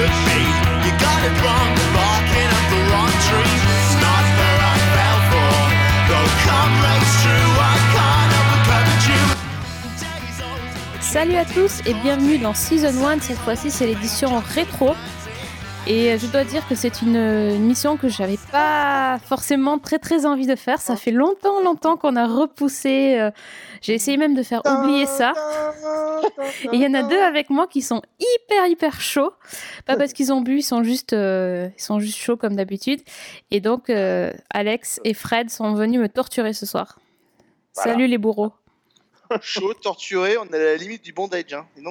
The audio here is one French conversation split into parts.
should be. You got it wrong, barking up the wrong tree. It's not where I fell for. Though come race true, I can't help but covet you. Days old. Salut à tous et bienvenue dans Season 1, cette fois-ci c'est l'édition rétro. Et je dois dire que c'est une mission que j'avais pas forcément très envie de faire. Ça fait longtemps qu'on a repoussé. J'ai essayé même de faire oublier ça. Et il y en a deux avec moi qui sont hyper chauds. Pas parce qu'ils ont bu, ils sont juste chauds comme d'habitude. Et donc Alex et Fred sont venus me torturer ce soir. Voilà. Salut les bourreaux. Chaud, torturé, on est à la limite du bondage. Hein. Et donc,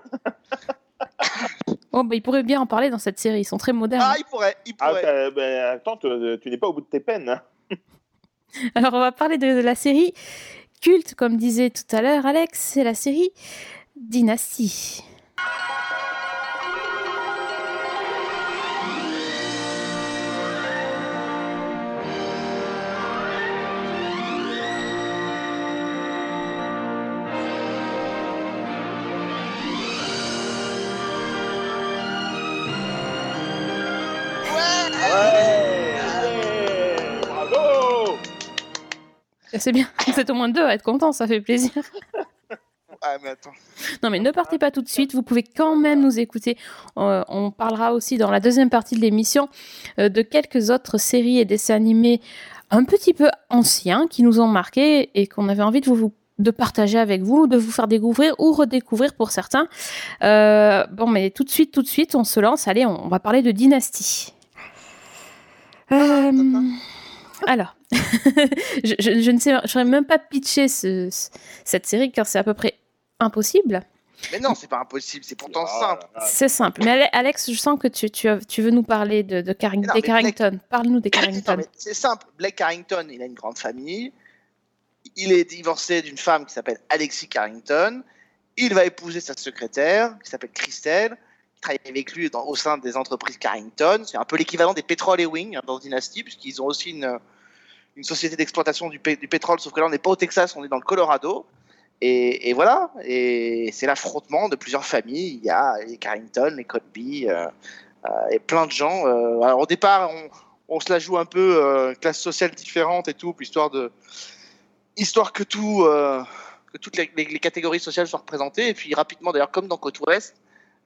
Oh, bah, ils pourraient bien en parler dans cette série, ils sont très modernes. Ah, il pourrait. Attends, tu n'es pas au bout de tes peines. Hein. Alors, on va parler de la série culte, comme disait tout à l'heure Alex, c'est la série Dynasty. Bravo! C'est bien, vous êtes au moins deux à être contents, ça fait plaisir. Ah, mais attends. Non, mais ne partez pas tout de suite, vous pouvez quand même nous écouter. On parlera aussi dans la deuxième partie de l'émission de quelques autres séries et dessins animés un petit peu anciens qui nous ont marqués et qu'on avait envie de partager avec vous, de vous faire découvrir ou redécouvrir pour certains. Bon, mais tout de suite, on se lance. Allez, on va parler de Dynasty. Alors, je ne sais, je saurais même pas pitcher cette série car c'est à peu près impossible. Mais non, c'est pas impossible, c'est pourtant simple. C'est simple. Mais Alex, je sens que tu veux nous parler des Carrington. Parle-nous des Carrington. Non, mais c'est simple. Blake Carrington, il a une grande famille. Il est divorcé d'une femme qui s'appelle Alexis Carrington. Il va épouser sa secrétaire qui s'appelle Christelle. Il travaille avec lui au sein des entreprises Carrington. C'est un peu l'équivalent des Petrol et Wing dans Dynasty, puisqu'ils ont aussi une société d'exploitation du pétrole, sauf que là, on n'est pas au Texas, on est dans le Colorado. Et voilà. Et c'est l'affrontement de plusieurs familles. Il y a les Carrington, les Cosby, et plein de gens. Alors, au départ, on se la joue un peu classe sociale différente et tout, puis histoire que toutes les catégories sociales soient représentées. Et puis rapidement, d'ailleurs, comme dans Côte Ouest,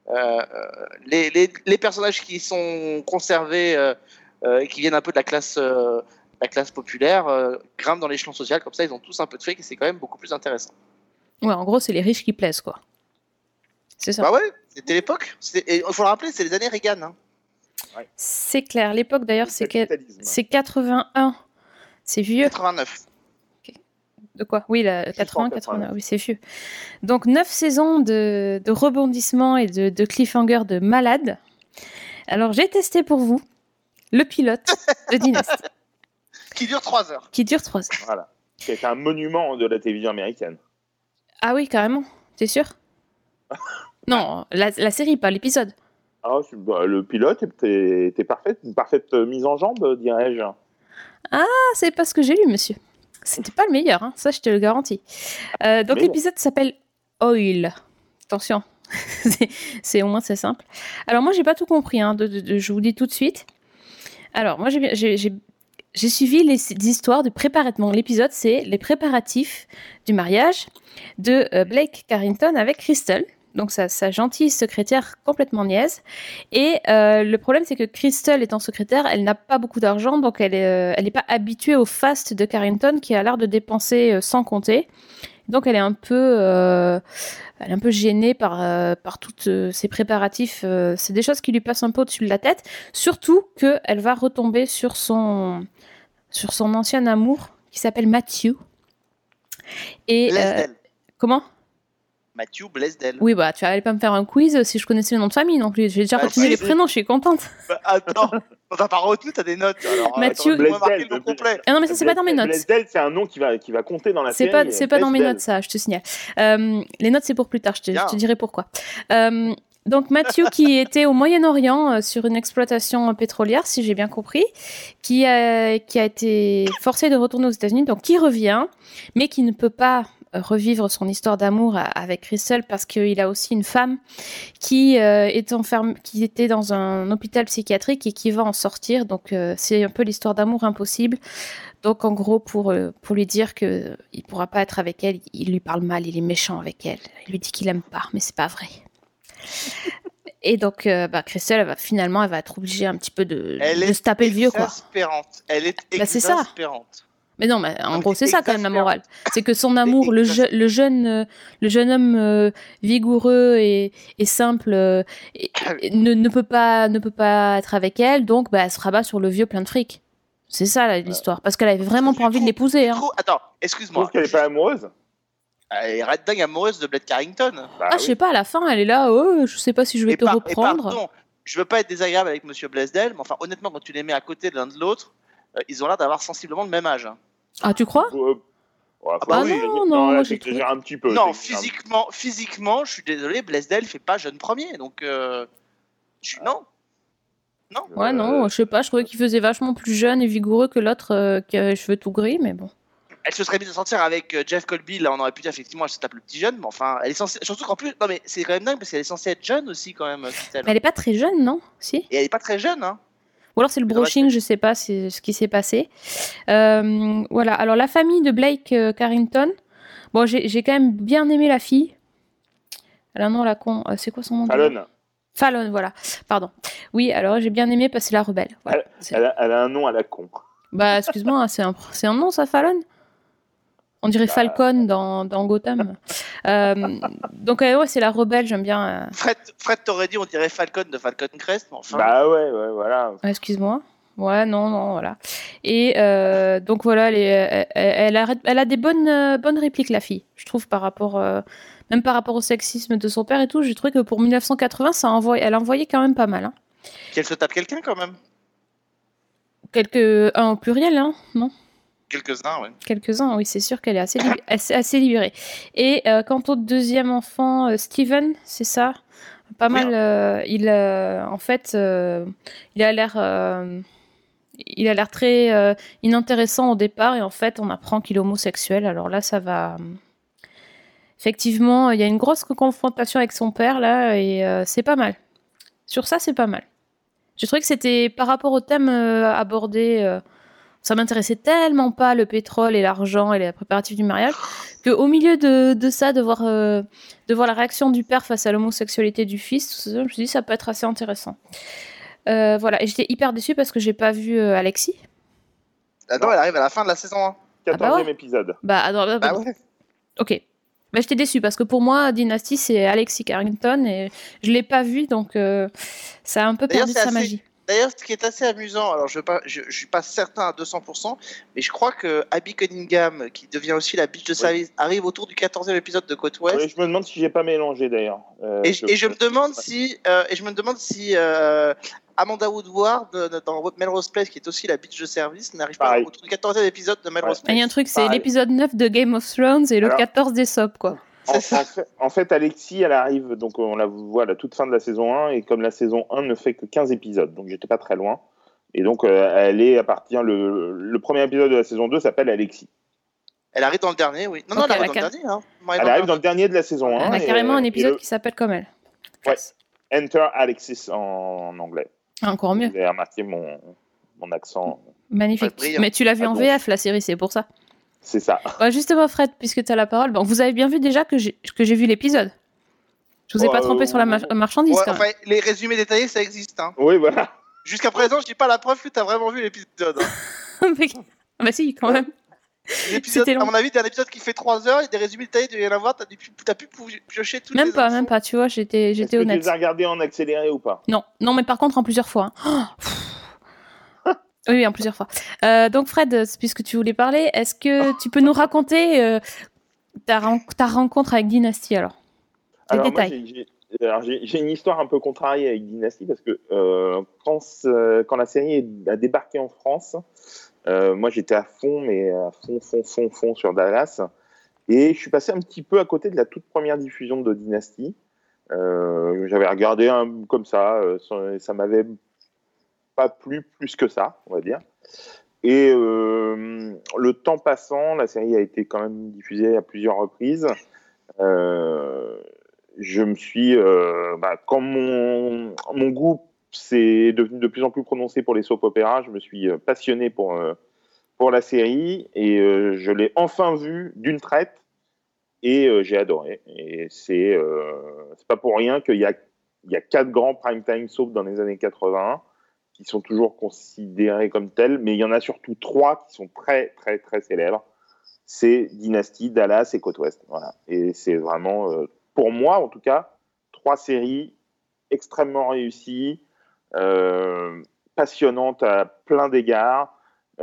les personnages qui sont conservés et qui viennent un peu de la classe populaire grimpent dans l'échelon social. Comme ça, ils ont tous un peu de fric et c'est quand même beaucoup plus intéressant. Ouais, en gros, c'est les riches qui plaisent, quoi. C'est ça. Bah ouais, c'était l'époque. Il faut le rappeler, c'est les années Reagan. Hein. Ouais. C'est clair. L'époque, d'ailleurs, c'est 81. C'est vieux. 89. De quoi ? Oui, 80. Oui, c'est vieux. Donc, 9 saisons de rebondissements et de cliffhanger de malade. Alors, j'ai testé pour vous le pilote de Dynasty. Qui dure 3 heures. Voilà. C'est un monument de la télévision américaine. Ah oui, carrément. T'es sûr ? Non, la série, pas l'épisode. Ah, le pilote était parfait. Une parfaite mise en jambe, dirais-je. Ah, c'est pas ce que j'ai lu, monsieur. C'était pas le meilleur, hein. Ça je te le garantis. Donc l'épisode s'appelle Oil. Attention, c'est au moins c'est simple. Alors moi j'ai pas tout compris, hein, je vous dis tout de suite. Alors moi j'ai suivi les histoires de préparatifs. L'épisode c'est les préparatifs du mariage de Blake Carrington avec Crystal. Donc sa gentille secrétaire complètement niaise. Et le problème, c'est que Crystal étant secrétaire, elle n'a pas beaucoup d'argent, donc elle est pas habituée au fast de Carrington, qui a l'air de dépenser sans compter. Donc elle est un peu gênée par tous ces préparatifs. C'est des choses qui lui passent un peu au-dessus de la tête. Surtout qu'elle va retomber sur son ancien amour, qui s'appelle Matthew. Et comment ? Matthew Blaisdell. Oui, bah, tu allais pas me faire un quiz si je connaissais le nom de famille non plus. J'ai déjà retenu les prénoms, je suis contente. Attends, t'as pas retenu, t'as des notes. Alors, Matthew Blaisdell, le complet. Ah non, mais ça, c'est pas dans mes notes. Blaisdell, c'est un nom qui va compter dans la série. C'est pas dans mes notes, ça, je te signale. Les notes, c'est pour plus tard, je te dirai pourquoi. Donc Matthew qui était au Moyen-Orient sur une exploitation pétrolière, si j'ai bien compris, qui a été forcé de retourner aux États-Unis, donc qui revient, mais qui ne peut pas revivre son histoire d'amour avec Crystal parce qu'il a aussi une femme qui qui était dans un hôpital psychiatrique et qui va en sortir. Donc c'est un peu l'histoire d'amour impossible. Donc en gros pour lui dire que il pourra pas être avec elle, il lui parle mal, il est méchant avec elle. Il lui dit qu'il aime pas, mais c'est pas vrai. Et donc Crystal elle va être obligée un petit peu de se taper le vieux, quoi. Elle est C'est ça. exaspérante. Mais non, mais en gros, c'est ça quand même la exaspérant. morale. C'est que son amour, le jeune homme vigoureux et simple ne peut pas être avec elle, donc elle se rabat sur le vieux plein de fric. C'est ça l'histoire. Parce qu'elle avait vraiment pas envie de l'épouser. Hein. Attends, Je excuse-moi. trouve qu'elle n'est pas amoureuse. Elle est red dingue amoureuse de Blake Carrington. Je sais pas, à la fin, elle est là, je sais pas si je vais te reprendre. Pardon, je veux pas être désagréable avec Monsieur Blaisdell, mais enfin, honnêtement, quand tu les mets à côté de l'un de l'autre, ils ont l'air d'avoir sensiblement le même âge. Hein. Ah, tu crois non, moi, j'ai trouvé un petit peu. Non, physiquement, je suis désolé, Blaisdell fait pas jeune premier, donc non. Non. Ouais, non, je sais pas, je trouvais qu'il faisait vachement plus jeune et vigoureux que l'autre qui avait les cheveux tout gris, mais bon. Elle se serait mise à sortir avec Jeff Colby, là on aurait pu dire effectivement elle se tape le petit jeune, mais enfin, elle est censée. Surtout qu'en plus, non mais c'est quand même dingue parce qu'elle est censée être jeune aussi quand même, Christelle. Mais elle est pas très jeune, non? Si? Et elle est pas très jeune, hein. Ou alors c'est le brushing, je sais pas c'est ce qui s'est passé. Voilà, alors la famille de Blake Carrington, bon, j'ai quand même bien aimé la fille. Elle a un nom la con, c'est quoi son nom? Fallon, voilà, pardon. Oui, alors j'ai bien aimé parce que c'est la rebelle. Voilà, elle a un nom à la con. Bah, excuse-moi, c'est un nom ça, Fallon? On dirait Falcon dans Gotham. Donc ouais, c'est la rebelle, j'aime bien. Fred t'aurait dit on dirait Falcon de Falcon Crest, mais enfin. Bah ouais, voilà. Excuse-moi. Ouais, non, voilà. Et donc voilà, elle a des bonnes répliques, la fille, je trouve, même par rapport au sexisme de son père et tout. J'ai trouvé que pour 1980, elle envoyait quand même pas mal. Hein. Qu'elle se tape quelqu'un quand même. Un au pluriel, hein, non? Quelques-uns, oui. Quelques-uns, oui, c'est sûr qu'elle est assez libérée. Et quant au deuxième enfant, Steven, c'est ça? Pas mal. Il a l'air très inintéressant au départ et en fait, on apprend qu'il est homosexuel. Alors là, ça va. Effectivement, il y a une grosse confrontation avec son père là et c'est pas mal. Sur ça, c'est pas mal. J'ai trouvé que c'était par rapport au thème abordé. Ça m'intéressait tellement pas le pétrole et l'argent et les préparatifs du mariage qu'au milieu de ça, de voir la réaction du père face à l'homosexualité du fils, je me suis dit ça peut être assez intéressant. Voilà, et j'étais hyper déçue parce que j'ai pas vu Alexis. Ah non, elle arrive à la fin de la saison 1. 14e épisode. Ouais. Ok. Bah, j'étais déçue parce que pour moi, Dynasty, c'est Alexis Carrington et je l'ai pas vu donc ça a un peu perdu de sa magie. D'ailleurs, ce qui est assez amusant, alors je suis pas certain à 200%, mais je crois que Abby Cunningham, qui devient aussi la bitch de service, arrive autour du 14e épisode de Côte Ouest. Oui, je me demande si j'ai pas mélangé d'ailleurs. Je me demande si Amanda Woodward dans Melrose Place, qui est aussi la bitch de service, n'arrive pas autour du 14e épisode de Melrose Place. Il y a un truc, c'est l'épisode 9 de Game of Thrones et le 14 des SOP, quoi. En fait, Alexis, elle arrive, donc on la voit à la toute fin de la saison 1, et comme la saison 1 ne fait que 15 épisodes, donc j'étais pas très loin. Et donc, elle est à partir, le premier épisode de la saison 2 s'appelle Alexis. Elle arrive dans le dernier, oui. Non, elle arrive dans le dernier. Hein. Elle arrive dans le dernier de la saison 1. Elle a carrément un épisode qui s'appelle comme elle. Ouais, Enter Alexis en anglais. Encore mieux. Vous avez remarqué mon accent. Magnifique. Mais tu l'as vu en VF, la série, c'est pour ça. C'est ça. Ouais, justement, Fred, puisque tu as la parole, vous avez bien vu déjà que j'ai vu l'épisode. Je vous ai pas trompé sur la marchandise. Ouais, quand même. enfin, les résumés détaillés, ça existe. Hein. Oui, voilà. Jusqu'à présent, je dis pas la preuve que tu as vraiment vu l'épisode. Bah si, quand même. À mon avis, il y a un épisode qui fait 3 heures, il y a des résumés détaillés, il doit y en avoir, t'as pu piocher toutes les infos. Même pas, tu vois, j'étais honnête. Est-ce que tu les as regardés en accéléré ou pas? Non, mais par contre en plusieurs fois. Hein. Oui, en plusieurs fois. Donc Fred, puisque tu voulais parler, est-ce que tu peux nous raconter ta rencontre avec Dynasty alors? Les détails. J'ai une histoire un peu contrariée avec Dynasty parce que quand la série a débarqué en France, moi j'étais à fond, mais à fond sur Dallas, et je suis passé un petit peu à côté de la toute première diffusion de Dynasty. J'avais regardé comme ça, ça m'avait pas plu plus que ça, on va dire. Et le temps passant, la série a été quand même diffusée à plusieurs reprises. Je me suis, quand mon goût s'est devenu de plus en plus prononcé pour les soap opéras, je me suis passionné pour la série et je l'ai enfin vue d'une traite et j'ai adoré. Et c'est pas pour rien qu'il y a 4 grands primetime soap dans les années 80 qui sont toujours considérés comme tels, mais il y en a surtout 3 qui sont très très très célèbres. C'est Dynasty, Dallas et Côte Ouest. Voilà. Et c'est vraiment, pour moi en tout cas, 3 séries extrêmement réussies, passionnantes à plein d'égards,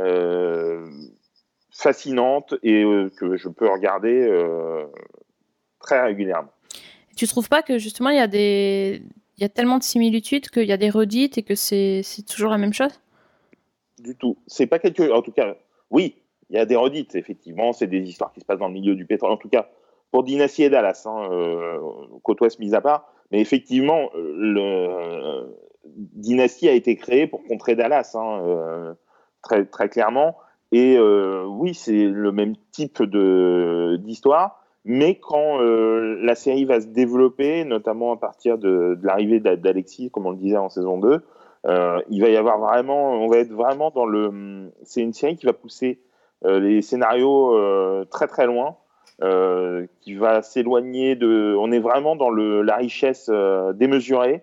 fascinantes et que je peux regarder très régulièrement. Tu trouves pas que justement il y a tellement de similitudes qu'il y a des redites et que c'est toujours la même chose? Du tout. C'est pas quelque. En tout cas, oui, il y a des redites, effectivement. C'est des histoires qui se passent dans le milieu du pétrole. En tout cas, pour Dynasty et Dallas, Côte Ouest mis à part. Mais effectivement, Dynasty a été créé pour contrer Dallas, très, très clairement. Et oui, c'est le même type d'histoire. Mais quand la série va se développer, notamment à partir de l'arrivée d'Alexis, comme on le disait en saison 2, il va y avoir vraiment, on va être vraiment dans c'est une série qui va pousser les scénarios très très loin, qui va s'éloigner on est vraiment dans la richesse démesurée.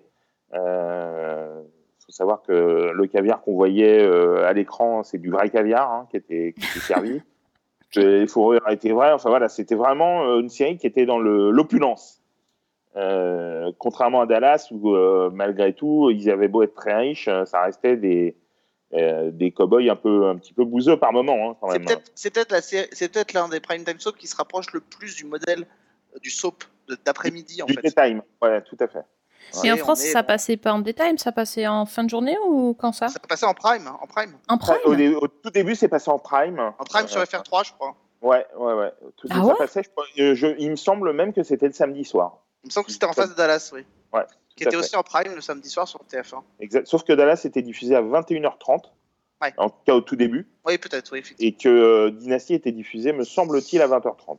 Faut savoir que le caviar qu'on voyait à l'écran, c'est du vrai caviar qui était servi. Les fourrures étaient vraies. Enfin voilà, c'était vraiment une série qui était dans l'opulence. Contrairement à Dallas où malgré tout ils avaient beau être très riches, ça restait des cow-boys un petit peu bouseux par moment quand même. C'est peut-être l'un des primetime soap qui se rapproche le plus du modèle du soap d'après-midi en fait. Du daytime, ouais, tout à fait. Et en France, ça passait pas en daytime, ça passait en fin de journée ou quand ça? Ça passait en prime. En prime. Au tout début, c'est passé en prime. En prime sur FR3, je crois. Ouais. Tout Ah ça ouais passait. Il me semble même que c'était le samedi soir. Il me semble que c'était en face de Dallas, oui. Ouais. Qui était aussi en prime le samedi soir sur TF1. Exact. Sauf que Dallas était diffusé à 21h30. Ouais. En tout cas au tout début. Oui, peut-être, oui, effectivement. Et que Dynasty était diffusé, me semble-t-il, à 20h30.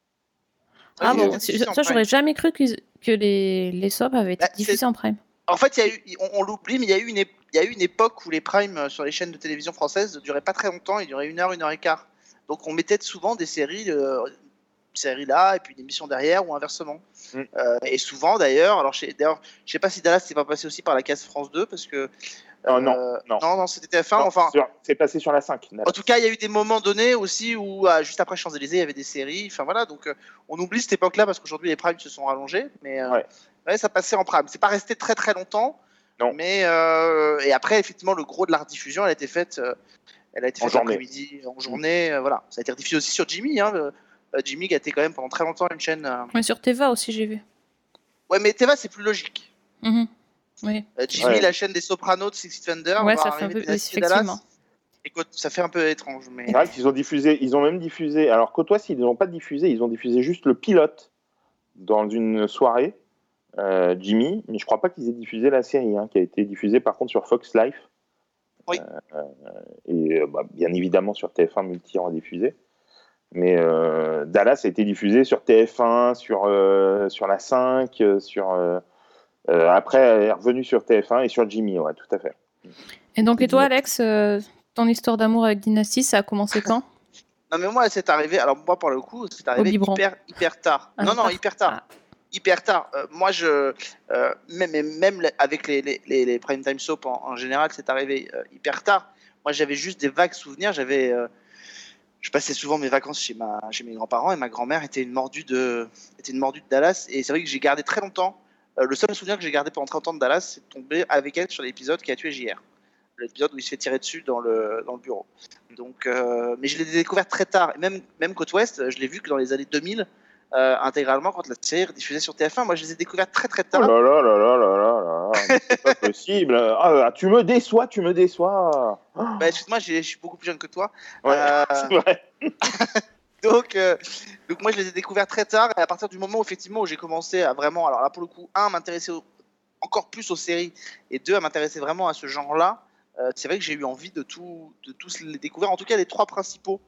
Ah bon, ça j'aurais jamais cru que les soaps avaient été diffusés en prime. En fait, on l'oublie, mais il y a eu une époque où les primes sur les chaînes de télévision françaises ne duraient pas très longtemps, ils duraient 1 heure, 1 heure et quart. Donc on mettait souvent des séries, une série là, et puis une émission derrière, ou inversement. Et souvent d'ailleurs, je sais pas si Dallas s'est pas passé aussi par la case France 2, parce que... Non, c'était TF1, enfin... C'est passé sur la 5. En tout cas, il y a eu des moments donnés aussi où, juste après Champs-Élysées, il y avait des séries, enfin voilà, donc on oublie cette époque-là, parce qu'aujourd'hui les primes se sont rallongés, mais ouais, ça passait en prime. C'est pas resté très très longtemps, non. Mais et après, effectivement, le gros de la rediffusion, elle a été faite l'après-midi, en journée, voilà. Ça a été rediffusé aussi sur Jimmy, Jimmy qui a été quand même pendant très longtemps une chaîne... Mais sur Teva aussi, j'ai vu. Ouais, mais Teva, c'est plus logique. Oui. Jimmy, la chaîne des Sopranos de Six Feet Under, ouais, ça fait un peu effectivement. Écoute, ça fait un peu étrange, mais... C'est vrai qu'ils ont même diffusé... Alors, Côte Ouest, ils n'ont pas diffusé, ils ont diffusé juste le pilote dans une soirée, Jimmy, mais je crois pas qu'ils aient diffusé la série, qui a été diffusée par contre sur Fox Life. Oui. Et bien évidemment sur TF1 multi en diffusé. Mais Dallas a été diffusé sur TF1, sur la 5, après elle est revenue sur TF1 et sur Jimmy, ouais, tout à fait. Et donc, et toi, Alex, ton histoire d'amour avec Dynasty, ça a commencé quand? Non, mais moi, c'est arrivé. Alors, moi, pour le coup, c'est arrivé hyper tard. Hyper tard. Hyper tard. Moi, même avec les prime time soap en général, c'est arrivé hyper tard. Moi, j'avais juste des vagues souvenirs. Je passais souvent mes vacances chez mes grands-parents et ma grand-mère était une mordue de Dallas. Et c'est vrai que j'ai gardé très longtemps. Le seul souvenir que j'ai gardé pendant 30 ans de Dallas, c'est de tomber avec elle sur l'épisode qui a tué JR. L'épisode où il se fait tirer dessus dans le bureau. Donc, mais je l'ai découvert très tard. Et même Côte Ouest, je l'ai vu que dans les années 2000, intégralement, quand la série diffusée sur TF1. Moi, je les ai découvertes très très tard. Oh là là, c'est pas possible. Ah, tu me déçois. Bah, excuse-moi, je suis beaucoup plus jeune que toi. Ouais, c'est vrai. Donc moi, je les ai découvertes très tard. Et à partir du moment où, effectivement, où j'ai commencé à vraiment, alors là, pour le coup, à m'intéresser encore plus aux séries, et 2, à m'intéresser vraiment à ce genre-là, c'est vrai que j'ai eu envie de tous les découvrir. En tout cas, les trois principaux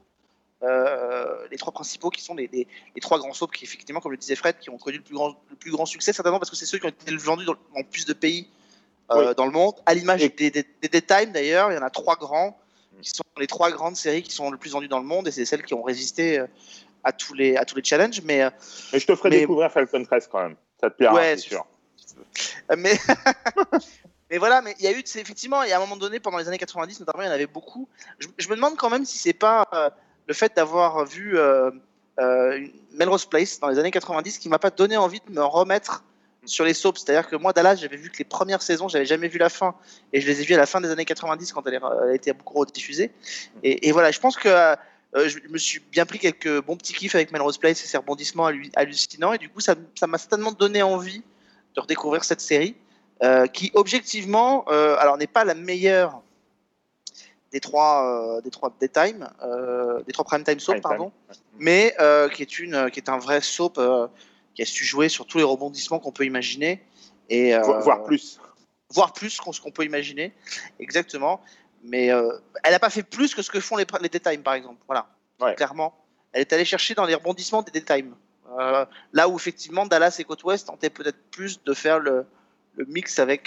qui sont les trois grands soaps qui, effectivement, comme le disait Fred, qui ont connu le plus grand succès, certainement parce que c'est ceux qui ont été vendus dans plus de pays dans le monde. À l'image des Daytime, d'ailleurs, il y en a trois grands, qui sont les trois grandes séries qui sont le plus vendues dans le monde, et c'est celles qui ont résisté à tous les challenges. Mais je te ferai découvrir Falcon Crest quand même. Ça te plaira, c'est sûr. Mais voilà, mais il y a eu, effectivement, il y a un moment donné, pendant les années 90, notamment, il y en avait beaucoup. Je me demande quand même si c'est pas le fait d'avoir vu Melrose Place dans les années 90 qui m'a pas donné envie de me remettre sur les soaps. C'est-à-dire que moi, Dallas, j'avais vu que les premières saisons, j'avais jamais vu la fin, et je les ai vues à la fin des années 90 quand elle a été beaucoup rediffusée. Et voilà, je pense que je me suis bien pris quelques bons petits kiffs avec Melrose Place et ses rebondissements hallucinants, et du coup, ça m'a certainement donné envie de redécouvrir cette série qui, objectivement, alors n'est pas la meilleure des trois daytime, des trois prime time soap, pardon, mais qui est un vrai soap qui a su jouer sur tous les rebondissements qu'on peut imaginer, et voire plus ce qu'on peut imaginer, exactement. Mais elle n'a pas fait plus que ce que font les daytime, par exemple. Voilà, clairement, elle est allée chercher dans les rebondissements des daytime. Là où effectivement Dallas et Côte Ouest tentaient peut-être plus de faire le mix avec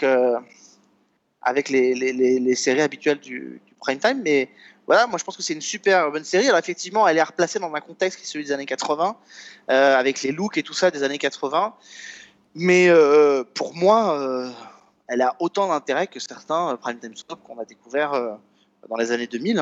les séries habituelles du prime time, mais voilà, moi je pense que c'est une super bonne série. Alors effectivement, elle est replacée dans un contexte qui est celui des années 80, avec les looks et tout ça des années 80, mais pour moi, elle a autant d'intérêt que certains prime time soap qu'on a découvert dans les années 2000.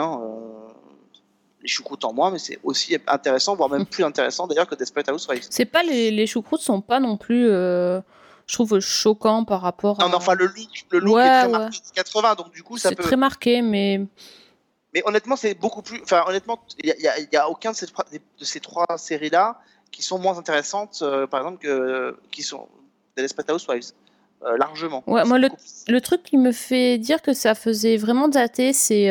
Les choucroutes en moins, mais c'est aussi intéressant, voire même plus intéressant d'ailleurs que Desperate Housewives. C'est pas les choucroutes sont pas non plus, je trouve, choquants par rapport à... Non, mais enfin le look est très marqué 80, donc du coup ça c'est peut... très marqué, mais honnêtement c'est beaucoup plus... Enfin honnêtement, il y a aucun de ces trois séries-là qui sont moins intéressantes, par exemple, qui sont des Desperate Housewives. Largement. Ouais, moi, le truc qui me fait dire que ça faisait vraiment dater, c'est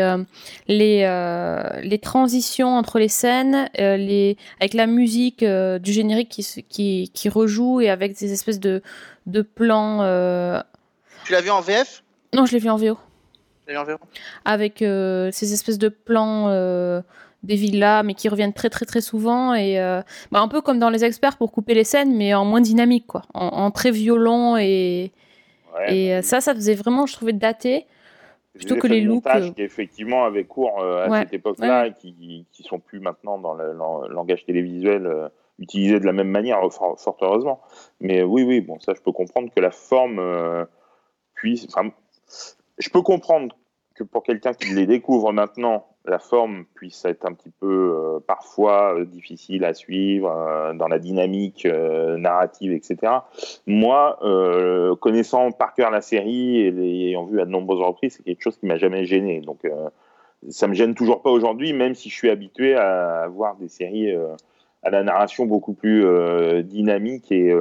les transitions entre les scènes, avec la musique du générique qui rejoue, et avec des espèces de plans. Tu l'as vu en VF ? Non, je l'ai vu en VO. Tu l'as vu en VO ? Avec ces espèces de plans des villas, mais qui reviennent très très très souvent, et un peu comme dans Les Experts pour couper les scènes, mais en moins dynamique, quoi, en très violent, et ça faisait vraiment, je trouvais, daté, plutôt que les looks qui effectivement avaient cours à cette époque-là, et qui sont plus maintenant dans le langage télévisuel utilisé de la même manière, fort heureusement. Mais oui, bon, ça je peux comprendre que la forme puisse... Enfin, je peux comprendre que pour quelqu'un qui les découvre maintenant, la forme puisse être un petit peu parfois difficile à suivre dans la dynamique narrative, etc. Moi, connaissant par cœur la série et l'ayant vue à de nombreuses reprises, c'est quelque chose qui m'a jamais gêné. Donc, ça me gêne toujours pas aujourd'hui, même si je suis habitué à voir des séries à la narration beaucoup plus dynamique et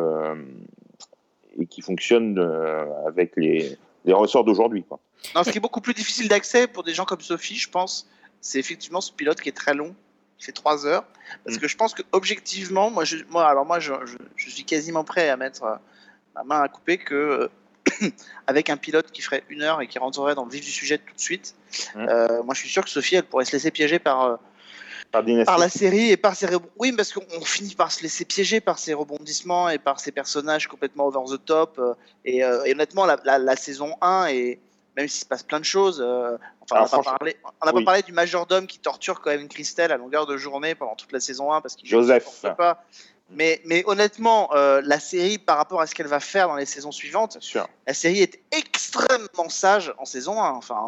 qui fonctionnent avec les ressorts d'aujourd'hui, quoi. Non, ce qui est beaucoup plus difficile d'accès pour des gens comme Sophie, je pense, c'est effectivement ce pilote qui est très long, qui fait 3 heures. Parce que je pense que objectivement, moi je suis quasiment prêt à mettre ma main à couper que avec un pilote qui ferait 1 heure et qui rentrerait dans le vif du sujet tout de suite, moi je suis sûr que Sophie, elle pourrait se laisser piéger par la série et par ses oui, parce qu'on finit par se laisser piéger par ses rebondissements et par ses personnages complètement over the top. Et honnêtement, la saison 1 est... Même s'il se passe plein de choses, on n'a pas parlé du majordome qui torture quand même Christelle à longueur de journée pendant toute la saison 1 parce qu'il Joseph. Pas. Mais honnêtement, la série, par rapport à ce qu'elle va faire dans les saisons suivantes, la série est extrêmement sage en saison 1. Enfin,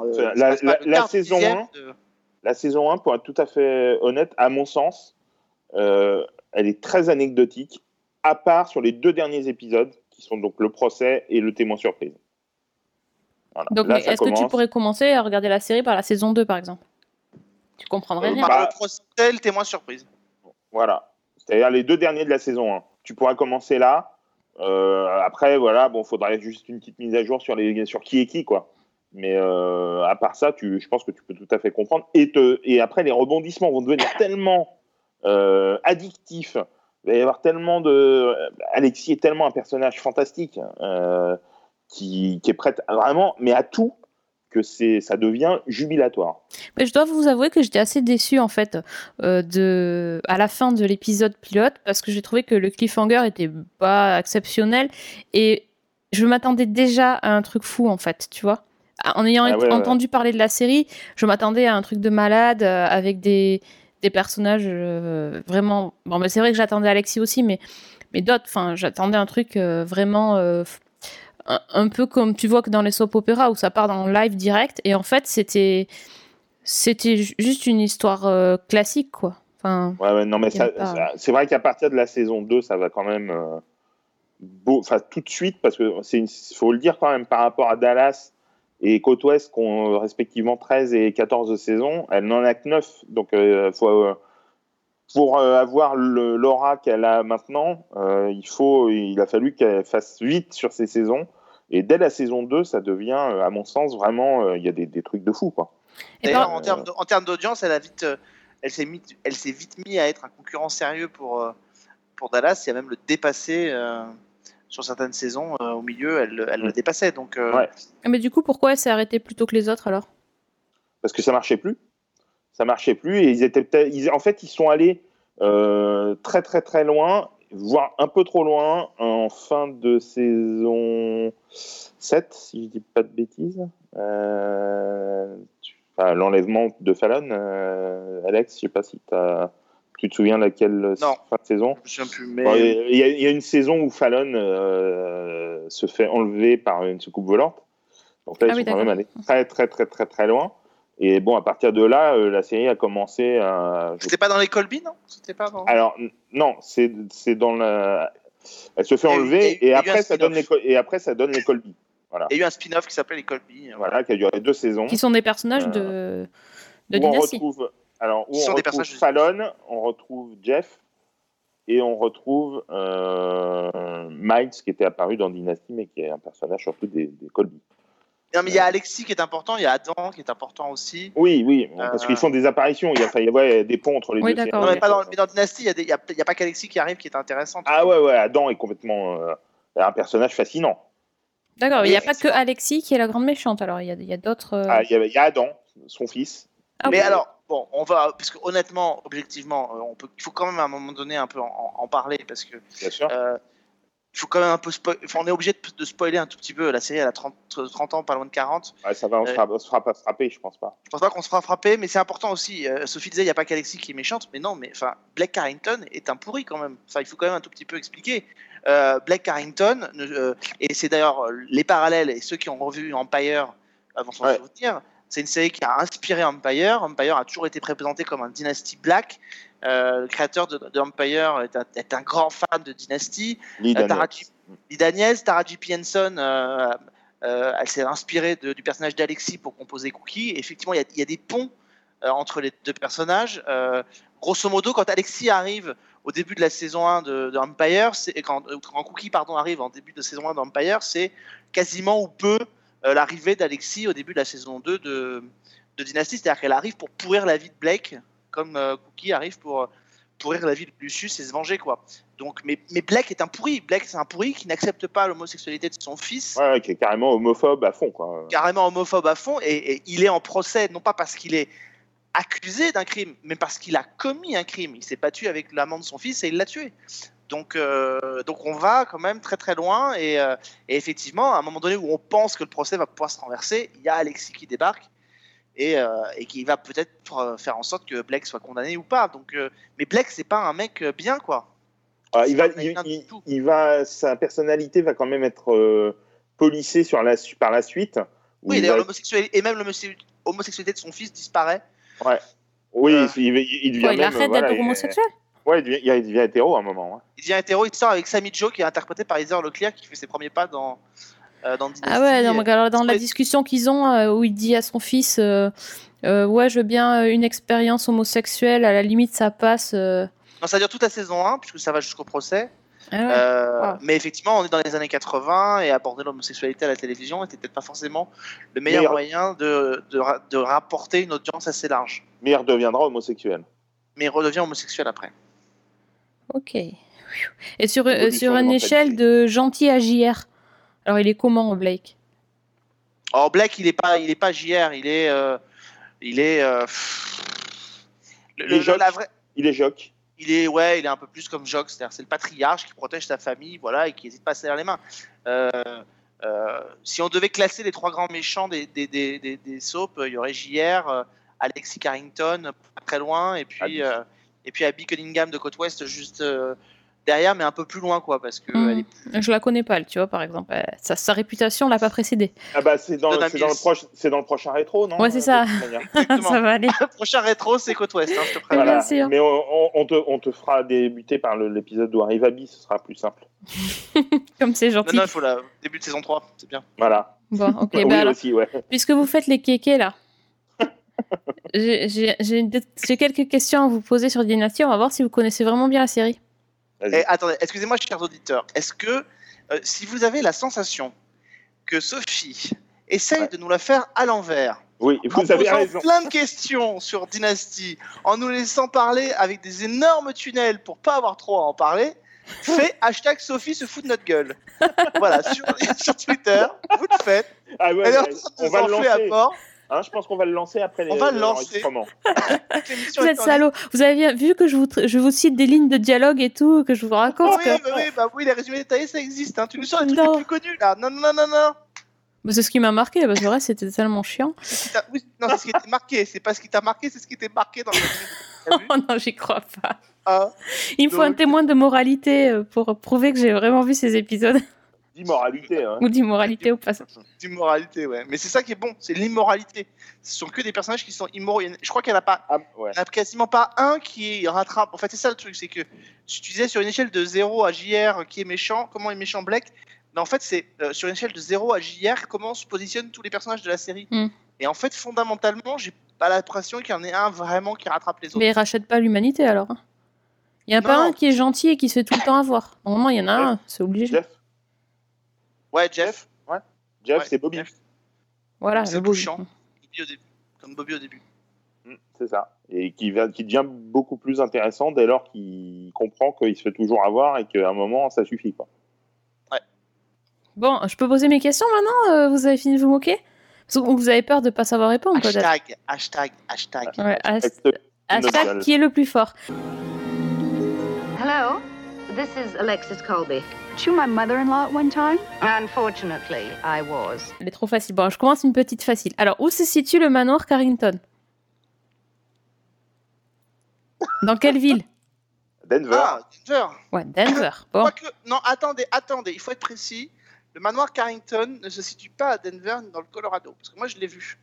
la saison 1, pour être tout à fait honnête, à mon sens, elle est très anecdotique, à part sur les 2 derniers épisodes, qui sont donc le procès et le témoin surprise. Voilà. Donc, là, est-ce que tu pourrais commencer à regarder la série par la saison 2, par exemple ? Tu comprendrais rien. Par le procès, le témoin surprise. Voilà. C'est-à-dire les 2 derniers de la saison 1. Tu pourras commencer là. Après, voilà, bon, faudrait juste une petite mise à jour sur qui est qui, quoi. Mais à part ça, je pense que tu peux tout à fait comprendre. Et après, les rebondissements vont devenir tellement addictifs. Il va y avoir tellement de... Alexis est tellement un personnage fantastique qui est prête vraiment, mais à tout, que ça devient jubilatoire. Mais je dois vous avouer que j'étais assez déçue en fait à la fin de l'épisode pilote parce que j'ai trouvé que le cliffhanger était pas exceptionnel et je m'attendais déjà à un truc fou en fait, tu vois. En ayant entendu parler de la série, je m'attendais à un truc de malade avec des personnages vraiment. Bon, mais c'est vrai que j'attendais Alexis aussi, mais d'autres. Enfin, j'attendais un truc vraiment un peu comme tu vois que dans les soap opéras où ça part en live direct. Et en fait, c'était juste une histoire classique, quoi. Enfin, non, mais c'est vrai qu'à partir de la saison 2, ça va quand même tout de suite, parce que faut le dire quand même, par rapport à Dallas et Côte Ouest, qui ont respectivement 13 et 14 saisons, elle n'en a que 9. Donc, pour avoir l'aura qu'elle a maintenant, il a fallu qu'elle fasse 8 sur ces saisons. Et dès la saison 2, ça devient, à mon sens, vraiment, il y a des trucs de fou, quoi. D'ailleurs, en termes d'audience, elle s'est vite mise à être un concurrent sérieux pour Dallas. Il y a même le dépassé sur certaines saisons. Au milieu, elle le dépassait. Donc, Mais du coup, pourquoi elle s'est arrêtée plus tôt que les autres alors ? Parce que ça marchait plus. Ça marchait plus et en fait, ils sont allés très très très loin, voire un peu trop loin en fin de saison 7, si je dis pas de bêtises. L'enlèvement de Fallon, Alex, je sais pas si tu te souviens laquelle fin de saison. Je ne sais plus, mais il y a une saison où Fallon se fait enlever par une soucoupe volante. Donc là, ils sont quand même allés très très très très très loin. Et bon, à partir de là, la série a commencé à... C'était pas dans les Colby, non ? C'était pas dans... Alors, non, c'est dans la... Elle se fait enlever et après, ça donne les Colby. Voilà. Il y a eu un spin-off qui s'appelait les Colby. Voilà, qui a duré 2 saisons. Qui sont des personnages de Dynasty. On retrouve Fallon, on retrouve Jeff et on retrouve Miles, qui était apparu dans Dynasty, mais qui est un personnage surtout des Colby. Non, mais il y a Alexis qui est important, il y a Adam qui est important aussi. Oui, parce qu'ils font des apparitions, il y a des ponts entre les deux. D'accord, non, mais dans Dynasty, il n'y a pas qu'Alexis qui arrive qui est intéressant. Ah ouais, Adam est complètement un personnage fascinant. D'accord, il n'y a pas que Alexis qui est la grande méchante, alors il y a d'autres... Il y a Adam, son fils. Mais alors, bon, on va, parce que honnêtement, objectivement, il faut quand même à un moment donné un peu en parler, parce que... Bien sûr. Il faut quand même un peu on est obligé de spoiler un tout petit peu. La série, elle a 30 ans, pas loin de 40. Ouais, ça va, on se fera pas frapper, je pense pas. Je pense pas qu'on se fera frapper, mais c'est important aussi. Sophie disait, il n'y a pas qu'Alexis qui est méchante, mais non, Blake Carrington est un pourri quand même. Il faut quand même un tout petit peu expliquer. Blake Carrington, et c'est d'ailleurs les parallèles, et ceux qui ont revu Empire vont s'en souvenir, c'est une série qui a inspiré Empire. Empire a toujours été présenté comme un Dynasty Black. Le créateur de Empire est un grand fan de Dynasty. Lee Daniels, Taraji P. Henson, elle s'est inspirée du personnage d'Alexis pour composer Cookie. Et effectivement, il y a des ponts entre les deux personnages. Grosso modo, quand Alexis arrive au début de la saison 1 de Empire, quand Cookie arrive en début de saison 1 d'Empire, c'est quasiment ou peu l'arrivée d'Alexis au début de la saison 2 de Dynasty. C'est-à-dire qu'elle arrive pour pourrir la vie de Blake, comme Cookie arrive pour pourrir la vie de Lucius et se venger, quoi. Donc, mais Blake est un pourri. Blake, c'est un pourri qui n'accepte pas l'homosexualité de son fils. Ouais, qui est carrément homophobe à fond, quoi. Carrément homophobe à fond, et il est en procès, non pas parce qu'il est accusé d'un crime, mais parce qu'il a commis un crime. Il s'est battu avec l'amant de son fils et il l'a tué. Donc on va quand même très très loin, et effectivement, à un moment donné où on pense que le procès va pouvoir se renverser, il y a Alexis qui débarque, et qui va peut-être faire en sorte que Blake soit condamné ou pas. Donc, mais Blake, c'est pas un mec bien, quoi. Sa personnalité va quand même être polissée par la suite. Oui, d'ailleurs, l'homosexualité, et même l'homosexualité de son fils disparaît. Ouais. Oui, il devient il arrête d'être homosexuel. Ouais, il devient hétéro à un moment. Ouais. Il devient hétéro, il sort avec Sammy Joe, qui est interprété par Heather Leclerc, qui fait ses premiers pas dans Dynasty. Ah ouais, alors dans la discussion qu'ils ont, où il dit à son fils ouais, je veux bien une expérience homosexuelle, à la limite ça passe. Non, ça dure toute la saison 1, puisque ça va jusqu'au procès. Ah ouais. Mais effectivement, on est dans les années 80, et aborder l'homosexualité à la télévision n'était peut-être pas forcément le meilleur moyen de rapporter une audience assez large. Mais il redeviendra homosexuel. Mais il redevient homosexuel après. Ok. Et sur une échelle de gentil à JR, alors il est comment, Blake ? Alors Blake, il est pas JR, il est Jock. Il est Jock. il est un peu plus comme Jock, c'est-à-dire c'est le patriarche qui protège sa famille, voilà, et qui n'hésite pas à se serrer les mains. Si on devait classer les 3 grands méchants des soaps, il y aurait JR, Alexis Carrington, pas très loin, et puis Abby Cunningham de Côte Ouest juste derrière, mais un peu plus loin, quoi, parce que elle est plus... Je la connais pas, elle, tu vois, par exemple. Sa réputation l'a pas précédée. Ah bah c'est dans le prochain rétro, non? Ouais, c'est ça. Ça va aller. Le prochain rétro, c'est Côte Ouest, je te préviens. Voilà. Bien sûr. Mais on te fera débuter par l'épisode où arrive Abby, ce sera plus simple. Comme c'est gentil. Non, il faut début de saison 3, c'est bien. Voilà. Bon, ok. Oui, alors, aussi, ouais. puisque vous faites les kékés, là, j'ai quelques questions à vous poser sur Dynasty. On va voir si vous connaissez vraiment bien la série. Attendez, excusez-moi, chers auditeurs, est-ce que si vous avez la sensation que Sophie essaye de nous la faire à l'envers, oui, vous avez raison, plein de questions sur Dynasty, en nous laissant parler avec des énormes tunnels pour pas avoir trop à en parler, fait #Sophie se fout de notre gueule. Voilà, sur Twitter, vous le faites. Ah ouais, elle est en ouais, train de nous enfler à mort. Hein, je pense qu'on va le lancer après On va le lancer. Vous êtes salaud. Vous avez vu que je vous cite des lignes de dialogue et tout, que je vous raconte. Oui, les résumés détaillés, ça existe. Hein. Tu nous sors les trucs les plus connus, là. Non. Bah, c'est ce qui m'a marqué, parce que le reste, c'était tellement chiant. Oui, non, c'est ce qui était marqué. C'est pas ce qui t'a marqué, c'est ce qui était marqué dans le résumé. Oh non, j'y crois pas. Il me faut un témoin de moralité pour prouver que j'ai vraiment vu ces épisodes. D'immoralité, hein. Ou d'immoralité au passage. D'immoralité, ouais. Mais c'est ça qui est bon, c'est l'immoralité. Ce sont que des personnages qui sont immoraux. Je crois qu'il n'y en a pas, il y en a quasiment pas un qui rattrape. En fait, c'est ça le truc, c'est que tu disais sur une échelle de 0 à JR qui est méchant, comment est méchant Blake. Mais en fait, c'est sur une échelle de 0 à JR, comment se positionnent tous les personnages de la série. Et en fait, fondamentalement, j'ai pas l'impression qu'il y en ait un vraiment qui rattrape les autres. Mais ils rachètent pas l'humanité alors. Il n'y en a pas un qui est gentil et qui se fait tout le temps avoir. Normalement, il y en a un, c'est obligé. Jeff. Ouais, Jeff. Ouais. Jeff, c'est Bobby. Jeff. Voilà, c'est bouchant. Comme Bobby au début. C'est ça. Et qui devient beaucoup plus intéressant dès lors qu'il comprend qu'il se fait toujours avoir et qu'à un moment, ça suffit, quoi. Ouais. Bon, je peux poser mes questions maintenant? Vous avez fini de vous moquer? Ou vous avez peur de ne pas savoir répondre, peut-être? Hashtag. Ouais, hashtag qui est le plus fort. Hello, this is Alexis Colby. Weren't you my mother-in-law at one time? Unfortunately, I was. Elle est trop facile. Bon, je commence une petite facile. Alors, où se situe le manoir Carrington? Dans quelle ville? Denver. Ah, Denver. Ouais, Denver. Bon. Non, attendez, il faut être précis. Le manoir Carrington ne se situe pas à Denver ni dans le Colorado, parce que moi je l'ai vu.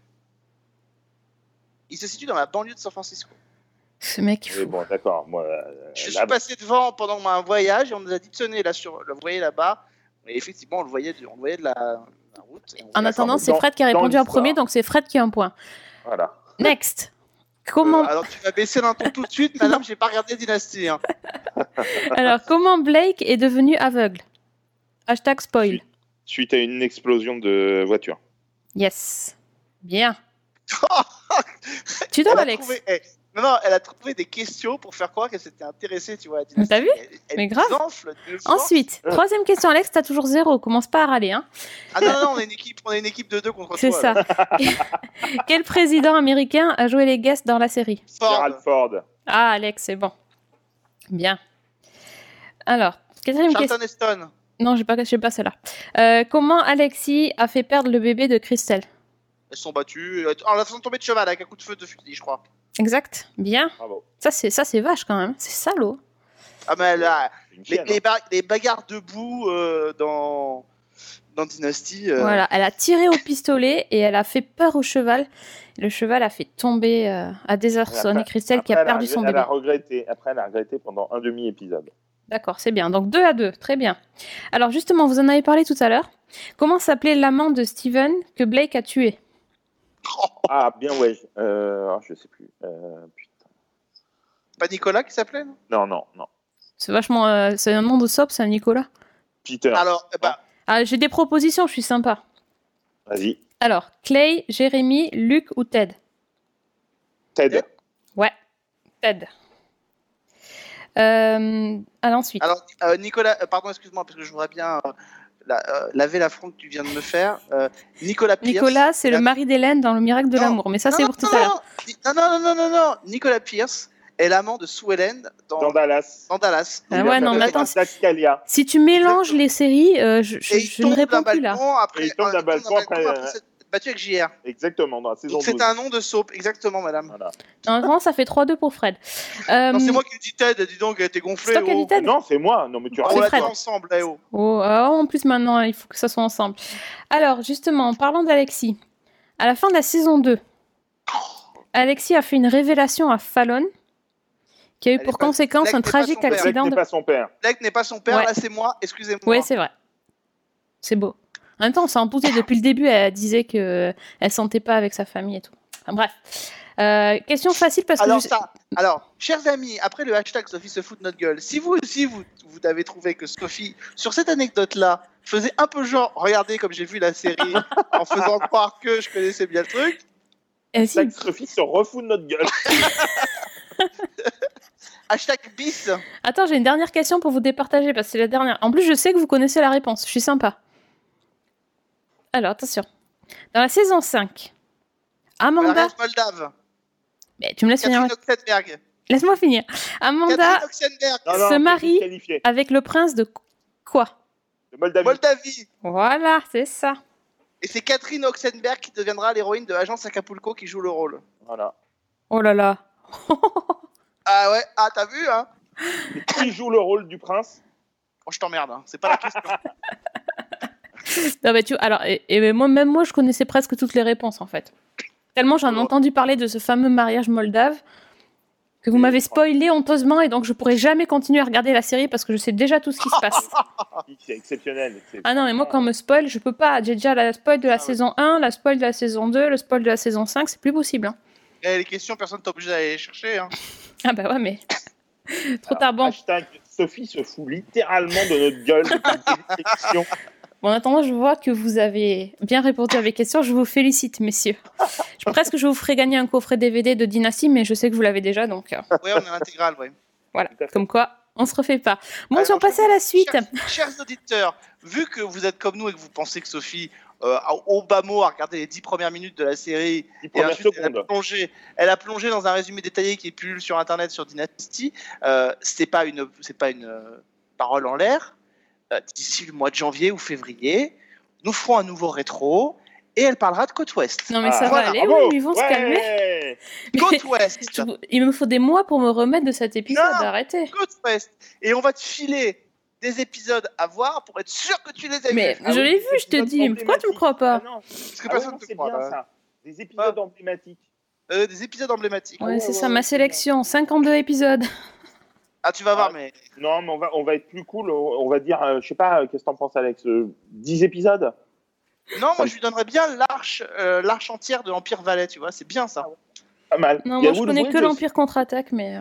Il se situe dans la banlieue de San Francisco. Ce mec, il faut... Bon, d'accord. Moi, je suis passé devant pendant un voyage et on nous a dit de sonner là vous voyez là-bas. Et effectivement, on le voyait de la route. En attendant, c'est Fred qui a répondu en premier, donc c'est Fred qui a un point. Voilà. Next. Comment... alors tu vas baisser d'un ton tout de suite, madame, j'ai pas regardé Dynasty. Hein. Alors, comment Blake est devenu aveugle? Hashtag spoil. Suite à une explosion de voiture. Yes. Bien. Tu dors, Alex. Non, elle a trouvé des questions pour faire croire qu'elle s'était intéressée, tu vois, à Dynasty. T'as vu? Mais grave. Ensuite, troisième question, Alex, t'as toujours 0. Commence pas à râler, hein. Ah non, on est une équipe de 2 contre 3. C'est ça. Quel président américain a joué les guests dans la série? Gerald Ford. Ah, Alex, c'est bon. Bien. Alors, quatrième question. Charlton Heston. Non, j'ai pas celle-là. Comment Alexis a fait perdre le bébé de Christelle? Elles sont battues en la faisant tomber de cheval avec un coup de feu de fusil, je crois. Exact. Bien. Bravo. Ça c'est vache quand même. C'est salaud. Ah mais les bagarres debout dans Dynasty. Voilà, elle a tiré au pistolet et elle a fait peur au cheval. Le cheval a fait tomber à désarçonner Christelle qui a perdu son bébé. Après, elle a regretté pendant un demi-épisode. D'accord, c'est bien. Donc 2-2, très bien. Alors justement, vous en avez parlé tout à l'heure. Comment s'appelait l'amant de Steven que Blake a tué? Ah, bien, ouais. Je sais plus. Putain. Pas Nicolas qui s'appelait, non? Non. C'est vachement... c'est un nom de soap, c'est un Nicolas. Peter. Alors, j'ai des propositions, je suis sympa. Vas-y. Alors, Clay, Jérémy, Luc ou Ted? Ted. Ouais, Ted. Alors ensuite. Alors, Nicolas, pardon, excuse-moi, parce que je voudrais bien laver l'affront que tu viens de me faire. Nicolas Pierce. Nicolas, c'est le mari d'Hélène dans Le Miracle de Non. l'amour. Mais ça, c'est pour tout à l'heure. Non. Nicolas Pierce est l'amant de Sue Ellen Dans Dallas. dans Dallas. Ah ouais, non, mais attends. Scalia. Si tu mélanges les séries, je Et il ne tombe réponds d'un plus là. balcon après. Et il tombe d'un balcon après, s'être battu avec JR. Exactement, dans la saison Donc 12. c'est un nom de soap, exactement, madame. Voilà. Normalement, ça fait 3-2 pour Fred. Non, c'est moi qui dis Ted, dis donc, t'es gonflé. C'est toi qui as dit Ted. Non, c'est moi. Non, mais tu On C'est l'a Fred. dit ensemble, là, oh. En plus, maintenant, il faut que ça soit ensemble. Alors, justement, en parlant d'Alexis, à la fin de la saison 2, Alexis a fait une révélation à Fallon qui a eu Elle pour est pas- conséquence Blake un n'est pas tragique son père. Blake accident. n'est pas son père. Blake n'est pas son père, Ouais. là c'est moi, excusez-moi. Oui, c'est vrai. C'est beau. En même temps, on s'en doutait depuis le début. Elle disait que elle sentait pas avec sa famille et tout. Enfin, bref. Question facile parce que Alors, chers amis, après le hashtag Sophie se fout de notre gueule, si vous aussi vous avez trouvé que Sophie, sur cette anecdote-là, faisait un peu genre, regardez comme j'ai vu la série, en faisant croire que je connaissais bien le truc, Si. Sophie se refout de notre gueule. hashtag bis, Attends, j'ai une dernière question pour vous départager parce que c'est la dernière. En plus, je sais que vous connaissez la réponse. Je suis sympa. Alors, attention. Dans la saison 5, Amanda... la reine moldave, Mais tu me laisses finir. Catherine Oxenberg. Laisse-moi finir. Amanda Catherine Oxenberg, Non, se t'es marie disqualifié. avec le prince de quoi? De Moldavie. Moldavie. Voilà, c'est ça. Et c'est Catherine Oxenberg qui deviendra l'héroïne de Agence Acapulco qui joue le rôle. Voilà. Oh là là. Ah ouais, ah t'as vu, hein? Et qui joue le rôle du prince? Oh, je t'emmerde, hein. C'est pas la question. Non, mais tu... Alors, même moi, je connaissais presque toutes les réponses, en fait. Tellement j'en ai entendu parler de ce fameux mariage moldave que vous m'avez spoilé honteusement et donc je pourrais jamais continuer à regarder la série parce que je sais déjà tout ce qui se passe. C'est exceptionnel. Ah non, mais moi, quand on me spoil, je peux pas. J'ai déjà la spoil de la saison 1, la spoil de la saison 2, le spoil de la saison 5, c'est plus possible. Hein. Et les questions, personne n'est obligé d'aller les chercher. Hein. Ah bah ouais, mais... Trop tard, bon. Hashtag Sophie se fout littéralement de notre gueule depuis le début de l'émission. Bon, en attendant, je vois que vous avez bien répondu à mes questions. Je vous félicite, messieurs. Presque, je vous ferai gagner un coffret DVD de Dynasty, mais je sais que vous l'avez déjà, donc Oui, on a l'intégrale, oui. voilà. Tout à fait. Comme quoi, on se refait pas. Bon, Alors, si on passait à la suite. Chers auditeurs, vu que vous êtes comme nous et que vous pensez que Sophie, au bas mot, a regardé les 10 premières minutes de la série, 10 et premières ensuite secondes. elle a plongé dans un résumé détaillé qui est pullule sur Internet sur Dynasty, c'est pas une parole en l'air. D'ici le mois de janvier ou février, nous ferons un nouveau rétro et elle parlera de Côte Ouest. Non, mais ça voilà, va aller, bravo. oui, ils vont se calmer. Ouais. Côte Ouest. Il me faut des mois pour me remettre de cet épisode, Non. arrêtez. Côte Ouest. Et on va te filer des épisodes à voir pour être sûr que tu les aimes. Mais Ah je oui, l'ai vu, des je te épisodes dis. Pourquoi tu me crois pas? Ah non. Parce que Ah personne ouais, ne te c'est croit. bien là. ça. Des épisodes emblématiques. Des épisodes emblématiques. Ouais, ouais, c'est ouais, ça, ouais, ma c'est sélection. 52 épisodes. Ah, tu vas voir, Ah. mais. Non, mais on va être plus cool. On va dire, je sais pas, qu'est-ce que t'en penses, Alex 10 épisodes? Non, moi je lui donnerais bien l'arche entière de l'Empire Valais, tu vois, c'est bien ça. Pas mal. Non, Il y a moi, je connais Woolwich que aussi. l'Empire contre-attaque, mais...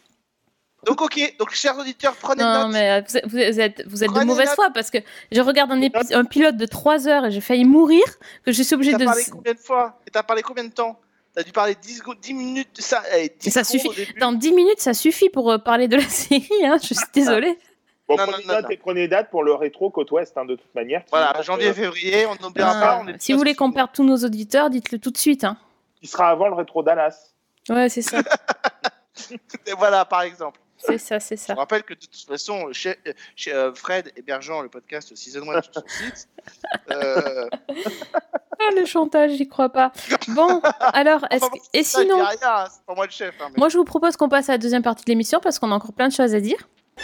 Donc, ok, donc chers auditeurs, prenez Non, note. mais vous êtes de Prenez mauvaise note. foi parce que je regarde un pilote de 3 heures et j'ai failli mourir, que je suis obligée T'as de... parlé combien de fois? Et t'as parlé combien de temps? T'as dû parler 10 minutes de ça. 10 ça secondes suffit. au début. Dans 10 minutes, ça suffit pour parler de la série, hein, je suis désolée. Bon, Non, prenez non, note non. et prenez date pour le rétro Côte Ouest, hein, de toute manière. Voilà, janvier, février, on n'oubliera Ah, pas. On est si vous voulez qu'on perde tous nos auditeurs, dites-le tout de suite. Hein. Qui sera avant le rétro Dallas. Ouais, c'est ça. Et voilà, par exemple. C'est ça, c'est Je ça. vous rappelle que de toute façon, chez Fred hébergeant le podcast Season 1 sur son site. Ah, le chantage, j'y crois pas. Bon, alors, Enfin, bon, et ça, je dis sinon, rien, c'est pas moi le chef. Hein, mais... moi je vous propose qu'on passe à la deuxième partie de l'émission parce qu'on a encore plein de choses à dire.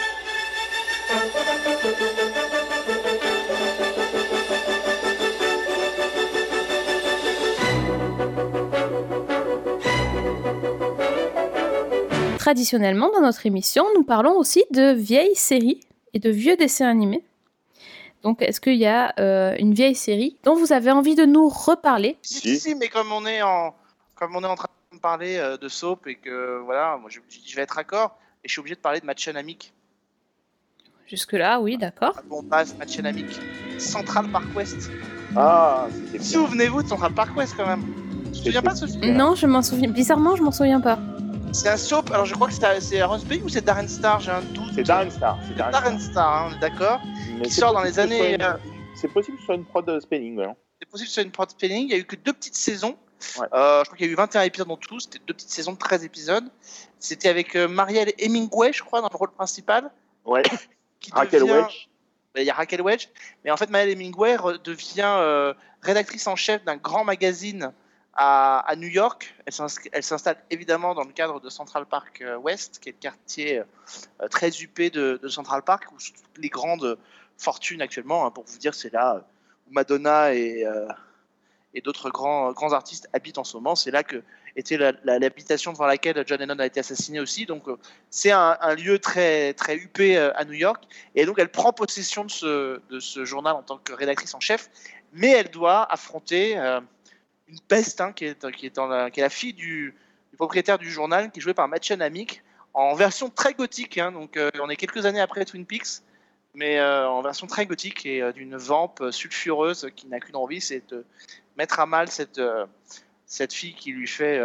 Traditionnellement, dans notre émission, nous parlons aussi de vieilles séries et de vieux dessins animés. Donc, est-ce qu'il y a une vieille série dont vous avez envie de nous reparler? Si, mais comme on est en train de parler de soap et que voilà, moi je vais être d'accord et je suis obligé de parler de Match Dynamique. Jusque-là, oui, d'accord. On passe Match Dynamique. Central Park West. Ah, c'était bien. Souvenez-vous de Central Park West quand même. Tu te souviens pas de ce film? Non, je m'en souviens. Bizarrement, je m'en souviens pas. C'est un soap, alors je crois que c'est Aaron Spelling ou c'est Darren Star, j'ai un doute. C'est Darren Star. C'est Darren Star, hein, on est d'accord. Mais Qui c'est sort dans pas les tout ce que années. soit c'est possible sur une prod Spelling, ouais. C'est possible sur une prod Spelling. Il n'y a eu que 2 petites saisons. Ouais. Je crois qu'il y a eu 21 épisodes en tout. C'était 2 petites saisons de 13 épisodes. C'était avec Marielle Hemingway, je crois, dans le rôle principal. Ouais. Qui Raquel devient- Welch. Il y a Raquel Welch. Mais en fait, Marielle Hemingway devient rédactrice en chef d'un grand magazine à New York. Elle s'installe évidemment dans le cadre de Central Park West, qui est le quartier très huppé de Central Park, où sont toutes les grandes fortunes actuellement. Hein, pour vous dire, c'est là où Madonna et d'autres grands artistes habitent en ce moment. C'est là que était l'habitation devant laquelle John Lennon a été assassiné aussi. Donc c'est un lieu très, très huppé à New York. Et donc elle prend possession de ce journal en tant que rédactrice en chef, mais elle doit affronter une peste qui est la fille du propriétaire du journal, qui est jouée par Mädchen Amick, en version très gothique. Hein, donc on est quelques années après Twin Peaks, mais en version très gothique et d'une vampe sulfureuse qui n'a qu'une envie, c'est de mettre à mal cette fille qui lui fait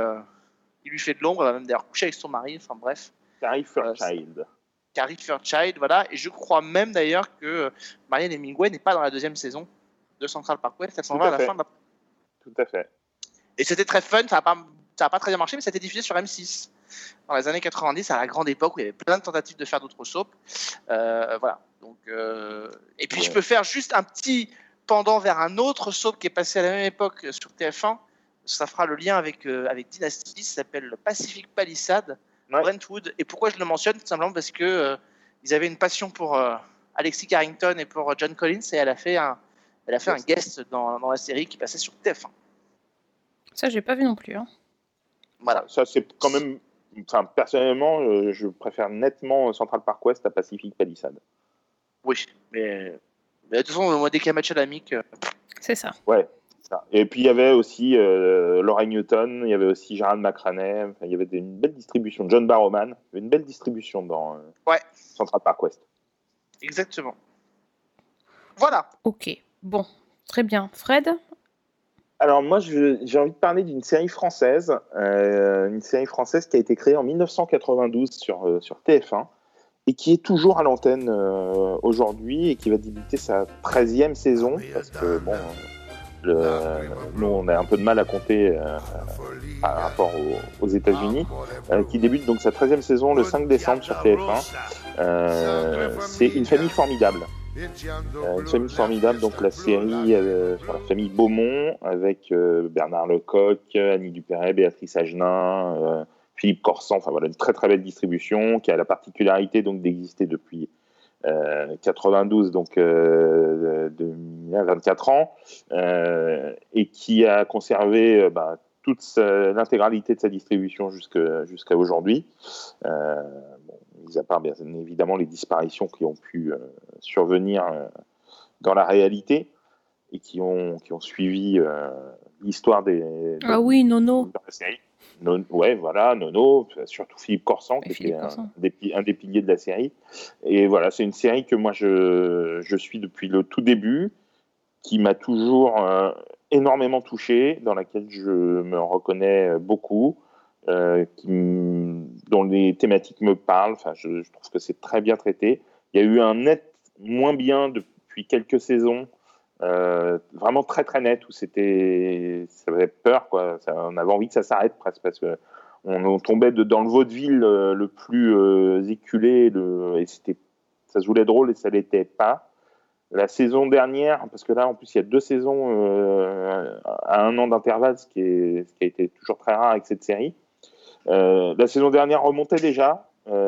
de l'ombre. Elle va même d'ailleurs coucher avec son mari. Enfin bref. Carrie Fairchild. Carrie Fairchild, voilà. Et je crois même d'ailleurs que Marianne Hemingway n'est pas dans la 2e saison de Central Park West. Elle s'en va à la fin de la... Tout à fait. Et c'était très fun. Ça n'a pas très bien marché, mais ça a été diffusé sur M6 dans les années 90, à la grande époque où il y avait plein de tentatives de faire d'autres soaps. Voilà. Donc, et puis je peux faire juste un petit pendant vers un autre soap qui est passé à la même époque sur TF1. Ça fera le lien avec Dynasty. Ça s'appelle Pacific Palisades, Brentwood. Et pourquoi je le mentionne? Tout simplement parce que ils avaient une passion pour Alexis Carrington et pour John Collins, et elle a fait un guest dans la série qui passait sur TF1. Ça, j'ai pas vu non plus. Hein. Voilà. Ça, c'est quand même... Enfin, personnellement, je préfère nettement Central Park West à Pacific Palisades. Oui, mais de toute façon, moi, dès qu'il y a Mädchen Amick... C'est ça. Ouais. Ça. Et puis, il y avait aussi Laura Newton, il y avait aussi Gérard McRaney, enfin, il y avait une belle distribution. John Barrowman, il y avait une belle distribution dans Central Park West. Exactement. Voilà. Ok, bon, très bien. Fred? Alors moi, j'ai envie de parler d'une série française qui a été créée en 1992 sur TF1 et qui est toujours à l'antenne aujourd'hui et qui va débuter sa 13e saison, parce que bon, nous on a un peu de mal à compter par rapport aux États-Unis, qui débute donc sa 13e saison le 5 décembre sur TF1. C'est Une famille formidable. Une famille formidable, donc la série sur la famille Beaumont avec Bernard Lecoq, Annie Dupéret, Béatrice Agenin, Philippe Corsan, enfin voilà, une très très belle distribution qui a la particularité donc d'exister depuis 92, donc de 24 ans, et qui a conservé toute l'intégralité de sa distribution jusqu'à aujourd'hui. Mis à part bien évidemment les disparitions qui ont pu survenir dans la réalité et qui ont suivi l'histoire oui, Nono. de la série. Ouais, voilà, Nono, surtout Philippe Corsan, qui était un des piliers de la série. Et voilà, c'est une série que moi je suis depuis le tout début, qui m'a toujours énormément touché, dans laquelle je me reconnais beaucoup. Dont les thématiques me parlent. Enfin, je trouve que c'est très bien traité. Il y a eu un net moins bien depuis quelques saisons, vraiment très très net, où ça faisait peur, quoi. On avait envie que ça s'arrête presque, parce que on tombait dans le vaudeville le plus éculé, et ça se voulait drôle et ça l'était pas. La saison dernière, parce que là en plus il y a 2 saisons à 1 an d'intervalle, ce qui a été toujours très rare avec cette série. La saison dernière remontait déjà,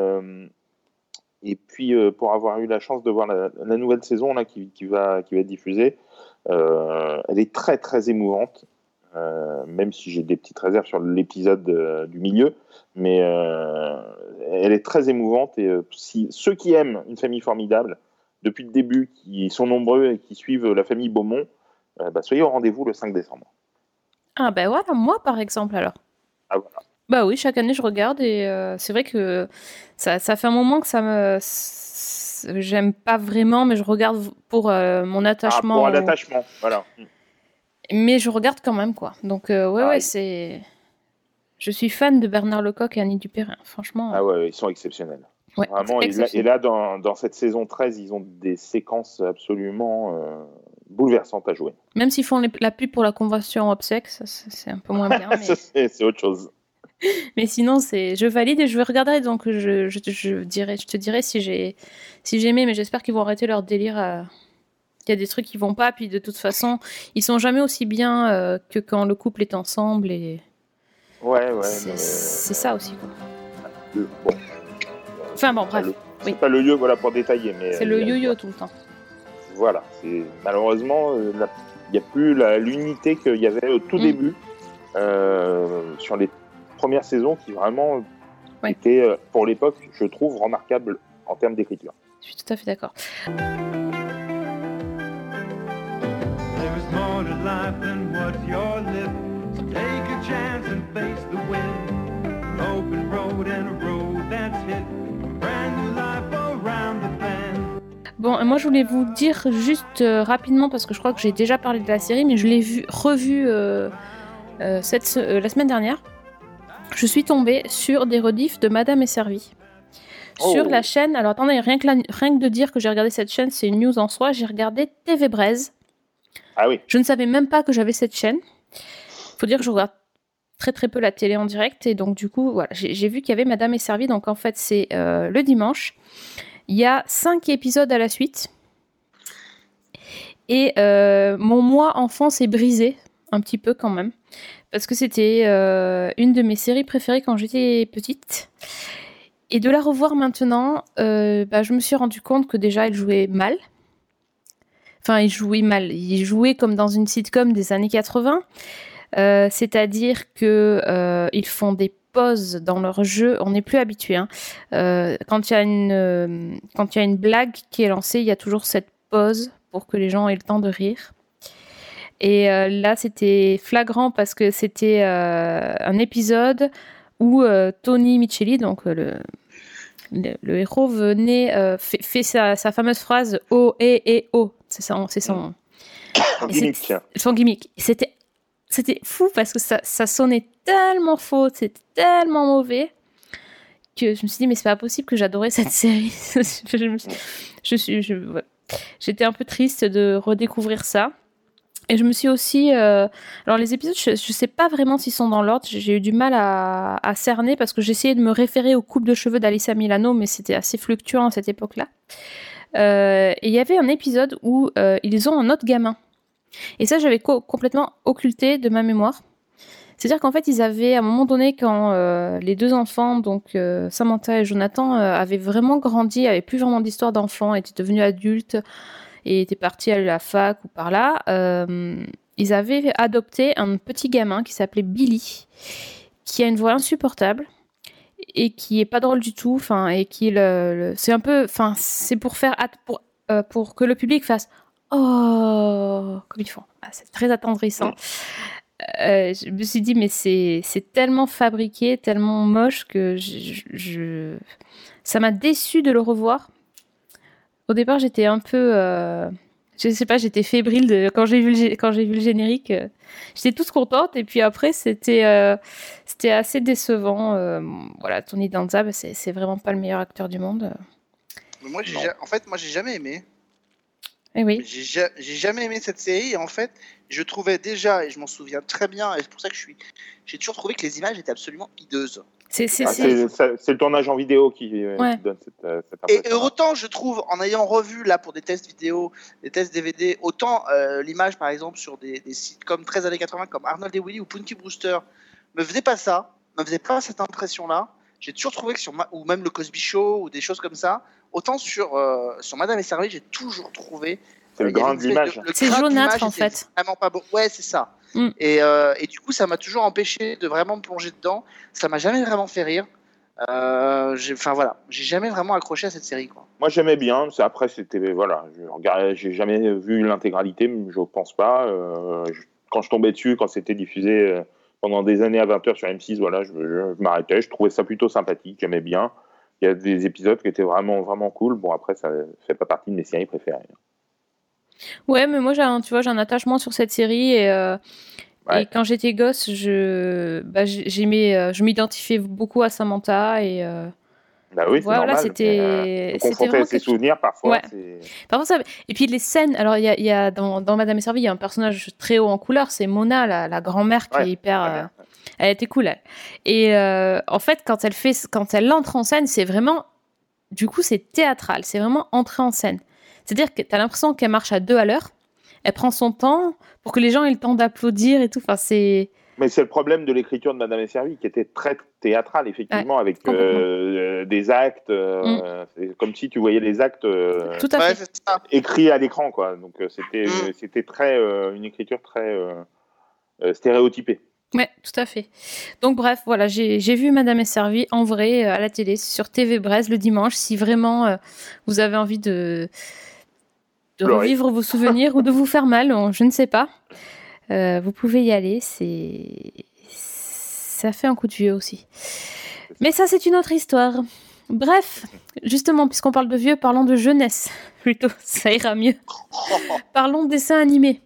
et puis pour avoir eu la chance de voir la nouvelle saison là, qui va être diffusée, elle est très très émouvante, même si j'ai des petites réserves sur l'épisode du milieu, mais elle est très émouvante, et si ceux qui aiment Une famille formidable depuis le début, qui sont nombreux et qui suivent la famille Beaumont, soyez au rendez-vous le 5 décembre. Ah ben voilà, moi par exemple alors. Ah voilà. Bah oui, chaque année je regarde, et c'est vrai que ça fait un moment que j'aime pas vraiment, mais je regarde pour mon attachement. Pour l'attachement, voilà. Mais je regarde quand même, quoi. Donc ouais, c'est... Je suis fan de Bernard Lecoq et Annie Dupéret, franchement. Ah ouais, ils sont exceptionnels. Ouais, vraiment, et là dans cette saison 13, ils ont des séquences absolument bouleversante à jouer. Même s'ils font la pub pour la convention obsèque, ça, c'est un peu moins bien. Mais... Ça, c'est autre chose. Mais sinon, je valide et je regarderai. Donc, je te dirai si j'ai aimé, mais j'espère qu'ils vont arrêter leur délire. Il y a des trucs qui vont pas, puis de toute façon, ils sont jamais aussi bien que quand le couple est ensemble. Et... Ouais. C'est ça aussi, quoi. Bon. Enfin bon, bref. C'est pas le lieu pour détailler. Mais, c'est le yo-yo tout le temps. Voilà. Malheureusement, il n'y a plus l'unité qu'il y avait au tout début sur les premières saisons qui vraiment étaient, pour l'époque, je trouve, remarquables en termes d'écriture. Je suis tout à fait d'accord. There's more to life than what you're living. So take a chance and face the wind. An open road and a road that's hit. Brand new life around the bend. Bon, moi je voulais vous dire juste rapidement, parce que je crois que j'ai déjà parlé de la série, mais je l'ai revue la semaine dernière. Je suis tombée sur des rediffs de Madame est servie. Sur la chaîne, alors attendez, rien que de dire que j'ai regardé cette chaîne, c'est une news en soi, j'ai regardé TV Braise. Ah oui. Je ne savais même pas que j'avais cette chaîne. Faut dire que je regarde très très peu la télé en direct, et donc du coup, voilà, j'ai vu qu'il y avait Madame est servie, donc en fait c'est le dimanche. Il y a 5 épisodes à la suite. Et mon moi enfant s'est brisé, un petit peu quand même, parce que c'était une de mes séries préférées quand j'étais petite. Et de la revoir maintenant, je me suis rendu compte que déjà, elle jouait mal. Enfin, il jouait mal. Il jouait comme dans une sitcom des années 80. C'est-à-dire que ils font des pauses dans leur jeu. On n'est plus habitué. Hein. Quand il y a une blague qui est lancée, il y a toujours cette pause pour que les gens aient le temps de rire. Et là, c'était flagrant parce que c'était un épisode où Tony Micheli, donc le héros, venait fait sa fameuse phrase « O, et O ». C'est son gimmick. Son gimmick. C'était fou parce que ça sonnait tellement faux, c'était tellement mauvais que je me suis dit mais c'est pas possible que j'adorais cette série. J'étais un peu triste de redécouvrir ça. Et je me suis aussi... alors les épisodes, je sais pas vraiment s'ils sont dans l'ordre. J'ai eu du mal à cerner parce que j'essayais de me référer aux coupes de cheveux d'Alyssa Milano, mais c'était assez fluctuant à cette époque-là. Et il y avait un épisode où ils ont un autre gamin. Et ça, j'avais complètement occulté de ma mémoire. C'est-à-dire qu'en fait, ils avaient, à un moment donné, quand les deux enfants, donc Samantha et Jonathan, avaient vraiment grandi, avaient plus vraiment d'histoire d'enfants, étaient devenus adultes et étaient partis à la fac ou par là, ils avaient adopté un petit gamin qui s'appelait Billy, qui a une voix insupportable et qui est pas drôle du tout, enfin, et qui c'est un peu, enfin, c'est pour faire pour que le public fasse oh comme ils font. Ah, c'est très attendrissant. Je me suis dit mais c'est tellement fabriqué, tellement moche que ça m'a déçue de le revoir. Au départ, j'étais un peu je sais pas, j'étais fébrile quand j'ai vu le générique. J'étais toute contente et puis après c'était assez décevant. Voilà, Tony Danza, c'est vraiment pas le meilleur acteur du monde. Mais moi, j'ai jamais aimé. Eh oui. J'ai jamais aimé cette série et en fait, je trouvais déjà, et je m'en souviens très bien, et c'est pour ça que j'ai toujours trouvé que les images étaient absolument hideuses. C'est le tournage en vidéo qui donne cette impression. Et autant je trouve, en ayant revu là pour des tests vidéo, des tests DVD, autant l'image par exemple sur des sites comme 13 années 80 comme Arnold et Willy ou Punky Brewster me faisait pas cette impression-là. J'ai toujours trouvé que ou même le Cosby Show ou des choses comme ça, autant sur Madame est servie, j'ai toujours trouvé. C'est le grain de l'image. C'est jaunâtre en fait. Vraiment pas beau. Ouais, c'est ça. Mm. Et du coup, ça m'a toujours empêché de vraiment me plonger dedans. Ça m'a jamais vraiment fait rire. J'ai jamais vraiment accroché à cette série, quoi. Moi, j'aimais bien. Après, j'ai jamais vu l'intégralité, mais je pense pas. Quand je tombais dessus, quand c'était diffusé pendant des années à 20h sur M6, voilà, je m'arrêtais. Je trouvais ça plutôt sympathique. J'aimais bien. Il y a des épisodes qui étaient vraiment, vraiment cool. Bon, après, ça fait pas partie de mes séries préférées. Ouais, mais moi j'ai un attachement sur cette série et quand j'étais gosse, je m'identifiais beaucoup à Samantha et Bah oui, c'est Voilà, normal. c'était Confronté vraiment à ses quelque- souvenirs, parfois, Ouais. c'est... Par contre, et puis les scènes, alors il y a dans Madame est servie, il y a un personnage très haut en couleur, c'est Mona, la grand-mère qui Ouais, est hyper. très bien. Elle était cool, elle. Et en fait, quand elle entre en scène, c'est vraiment. Du coup, c'est théâtral, c'est vraiment entrer en scène. C'est-à-dire que t'as l'impression qu'elle marche à 2 à l'heure, elle prend son temps pour que les gens aient le temps d'applaudir et tout. Enfin, c'est. Mais c'est le problème de l'écriture de Madame est servie, qui était très théâtrale, effectivement, avec des actes. C'est comme si tu voyais les actes Tout à Ouais, fait. c'est ça. écrits à l'écran, quoi. Donc c'était très une écriture très stéréotypée. Ouais, tout à fait. Donc bref, voilà, j'ai vu Madame est servie en vrai à la télé sur TV Brest le dimanche. Si vraiment vous avez envie de Pleurer. revivre vos souvenirs ou de vous faire mal, je ne sais pas, vous pouvez y aller. Ça fait un coup de vieux aussi. Mais ça, c'est une autre histoire. Bref, justement, puisqu'on parle de vieux, parlons de jeunesse. Plutôt, ça ira mieux. Parlons de dessins animés.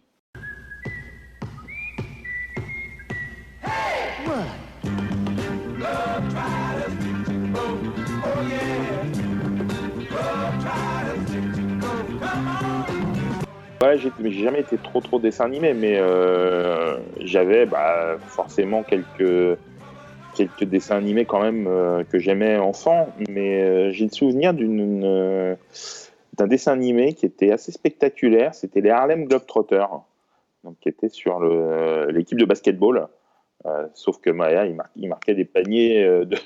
Ouais, j'ai jamais été trop dessin animé, mais j'avais forcément quelques dessins animés quand même que j'aimais enfant, mais j'ai le souvenir d'un dessin animé qui était assez spectaculaire. C'était les Harlem Globetrotters, donc qui était sur l'équipe de basketball. Sauf que Maya, il marquait des paniers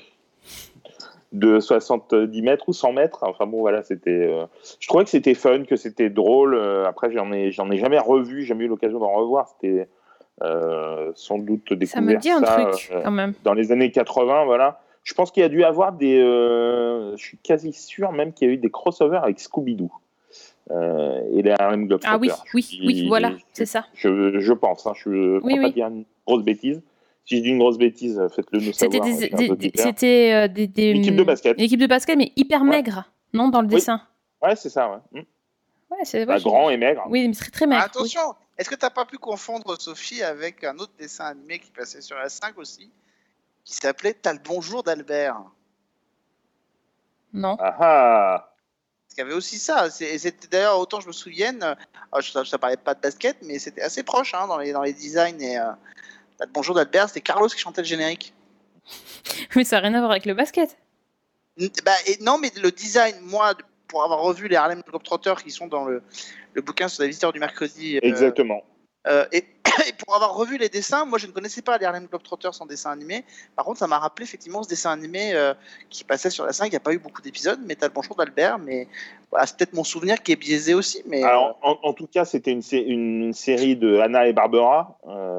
de 70 mètres ou 100 mètres. Enfin bon, voilà, c'était. Je trouvais que c'était fun, que c'était drôle. Après, j'en ai jamais revu, jamais eu l'occasion d'en revoir. C'était sans doute découvert Ça me dit un truc, quand même. dans les années 80, voilà. Je pense qu'il y a dû avoir des. Je suis quasi sûr même qu'il y a eu des crossovers avec Scooby-Doo et les Harlem Globetrotters. Ah oui, voilà, c'est ça. Je pense. Je ne crois pas dire une grosse bêtise. Si je dis une grosse bêtise, faites-le nous savoir. C'était des équipes de basket. Équipe de basket, mais hyper maigre, non, dans le dessin. Ouais, c'est ça, ouais. Ouais, c'est grand et maigre. Oui, mais très maigre. Attention, est-ce que t'as pas pu confondre, Sophie, avec un autre dessin animé qui passait sur la 5 aussi, qui s'appelait T'as le bonjour d'Albert? Non. Ah ah. Parce qu'il y avait aussi ça. C'était d'ailleurs, autant je me souvienne, ça parlait pas de basket, mais c'était assez proche dans les designs. Et T'as le bonjour d'Albert, c'était Carlos qui chantait le générique. Mais ça n'a rien à voir avec le basket. Non, mais le design, moi, pour avoir revu les Harlem Globetrotters qui sont dans le bouquin sur les visiteurs du mercredi. Exactement. Et pour avoir revu les dessins, moi je ne connaissais pas les Harlem Globetrotters en dessin animé. Par contre, ça m'a rappelé effectivement ce dessin animé qui passait sur la 5. Il n'y a pas eu beaucoup d'épisodes, mais t'as le bonjour d'Albert. Mais voilà, c'est peut-être mon souvenir qui est biaisé aussi. Mais alors, en tout cas, c'était une série de Hanna et Barbera.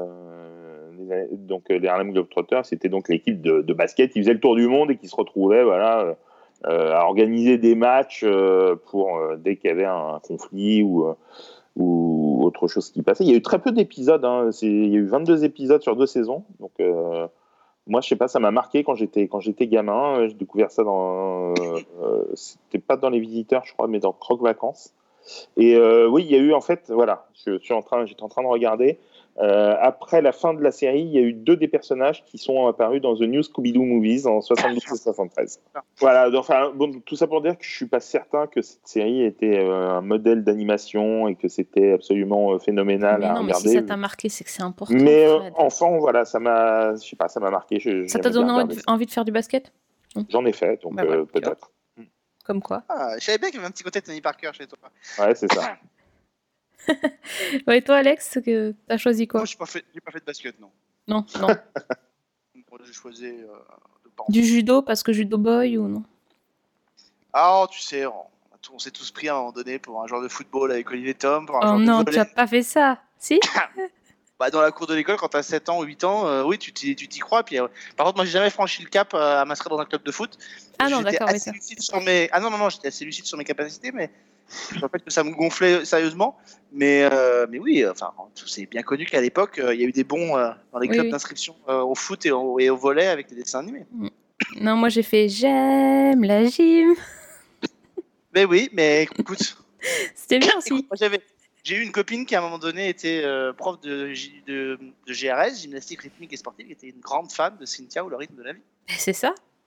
Donc les Harlem Globetrotters, c'était donc l'équipe de basket qui faisait le tour du monde et qui se retrouvait, voilà, à organiser des matchs pour dès qu'il y avait un conflit ou autre chose qui passait. Il y a eu très peu d'épisodes. Il y a eu 22 épisodes sur 2 saisons. Donc moi, je sais pas, ça m'a marqué quand j'étais gamin. J'ai découvert ça c'était pas dans Les Visiteurs, je crois, mais dans Croque Vacances. Et oui, il y a eu en fait, voilà, j'étais en train de regarder. Après la fin de la série, il y a eu 2 des personnages qui sont apparus dans The New Scooby-Doo Movies en 72 et 73. Voilà, enfin, bon, tout ça pour dire que je suis pas certain que cette série était un modèle d'animation et que c'était absolument phénoménal mais à non, regarder. Mais si ça t'a marqué, c'est que c'est important. Mais enfant, voilà, ça m'a marqué. Ça t'a donné envie de faire du basket? J'en ai fait, donc voilà, peut-être. Comme quoi. je savais bien qu'il y avait un petit côté Tony Parker chez toi. Ouais, c'est ça. Et toi, Alex, t'as choisi quoi? Moi, j'ai pas fait de basket, non. Non. J'ai choisi de penser. Du judo, parce que judo boy ou non? Ah, tu sais, on s'est tous pris à un moment donné pour un genre de football avec Olivier Tom. Pour un genre non, de tu as pas fait ça. Si? Dans la cour de l'école, quand t'as 7 ans ou 8 ans, oui, tu t'y crois. Puis, par contre, moi, j'ai jamais franchi le cap à m'inscrire dans un club de foot. Ah non, j'étais d'accord. assez lucide sur mes... Ah non, j'étais assez lucide sur mes capacités, mais je rappelle que ça me gonflait sérieusement. Mais oui, enfin, c'est bien connu qu'à l'époque, il y a eu des bons dans les clubs d'inscription au foot et au volley avec des dessins animés. Non, moi, j'ai fait j'aime la gym. Mais oui, mais écoute... C'était bien aussi. Écoute, j'ai eu une copine qui à un moment donné était prof de GRS, gymnastique rythmique et sportive, qui était une grande fan de Cynthia ou le rythme de la vie. C'est ça.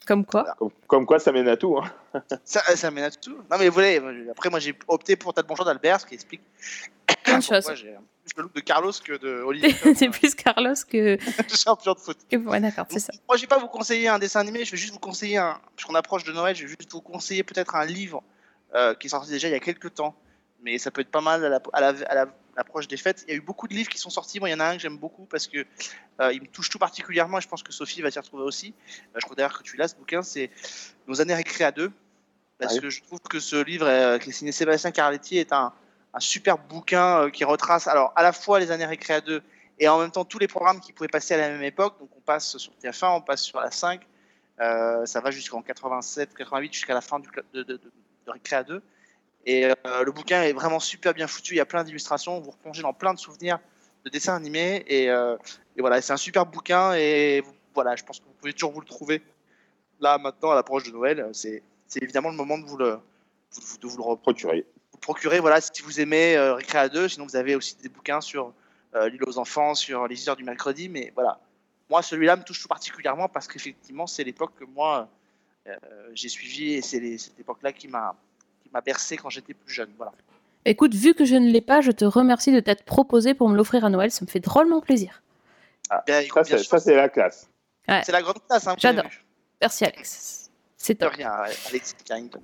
Comme quoi. Comme quoi, ça mène à tout. Hein. Ça mène à tout. Non, mais vous voyez, après, moi, j'ai opté pour T'as de bonjour d'Albert, ce qui explique Plein de choses. pourquoi j'ai plus le look de Carlos que de Olivier. C'est plus Carlos que. Champion de foot. Ouais, d'accord, c'est ça. Moi, je vais pas vous conseiller un dessin animé, je vais juste vous conseiller puisqu'on approche de Noël, je vais juste vous conseiller peut-être un livre qui est sorti déjà il y a quelques temps. Mais ça peut être pas mal à l'approche des fêtes. Il y a eu beaucoup de livres qui sont sortis. Moi, il y en a un que j'aime beaucoup parce que il me touche tout particulièrement et je pense que Sophie va s'y retrouver aussi. Je crois d'ailleurs que tu l'as, ce bouquin, c'est Nos années récré à deux. Parce que je trouve que ce livre, qui est signé Sébastien Carletti, est un super bouquin qui retrace alors à la fois les années récré à deux et en même temps tous les programmes qui pouvaient passer à la même époque. Donc on passe sur TF1, on passe sur la 5, ça va jusqu'en 87, 88, jusqu'à la fin de récré à deux. Et le bouquin est vraiment super bien foutu, il y a plein d'illustrations, vous replongez dans plein de souvenirs de dessins animés et voilà, c'est un super bouquin et voilà, je pense que vous pouvez toujours vous le trouver là maintenant à l'approche de Noël. C'est évidemment le moment de vous le procurer. Voilà, si vous aimez Récré à deux, sinon vous avez aussi des bouquins sur l'île aux enfants, sur les histoires du mercredi, mais voilà, moi celui-là me touche tout particulièrement parce qu'effectivement c'est l'époque que moi j'ai suivi et c'est cette époque-là qui m'a bercé quand j'étais plus jeune. Voilà. Écoute, vu que je ne l'ai pas, je te remercie de t'être proposé pour me l'offrir à Noël. Ça me fait drôlement plaisir. Ah, bien sûr, ça, c'est la classe. Ouais. C'est la grande classe. Hein, j'adore. Merci, Alex. C'est top. De rien, Alexis Carrington.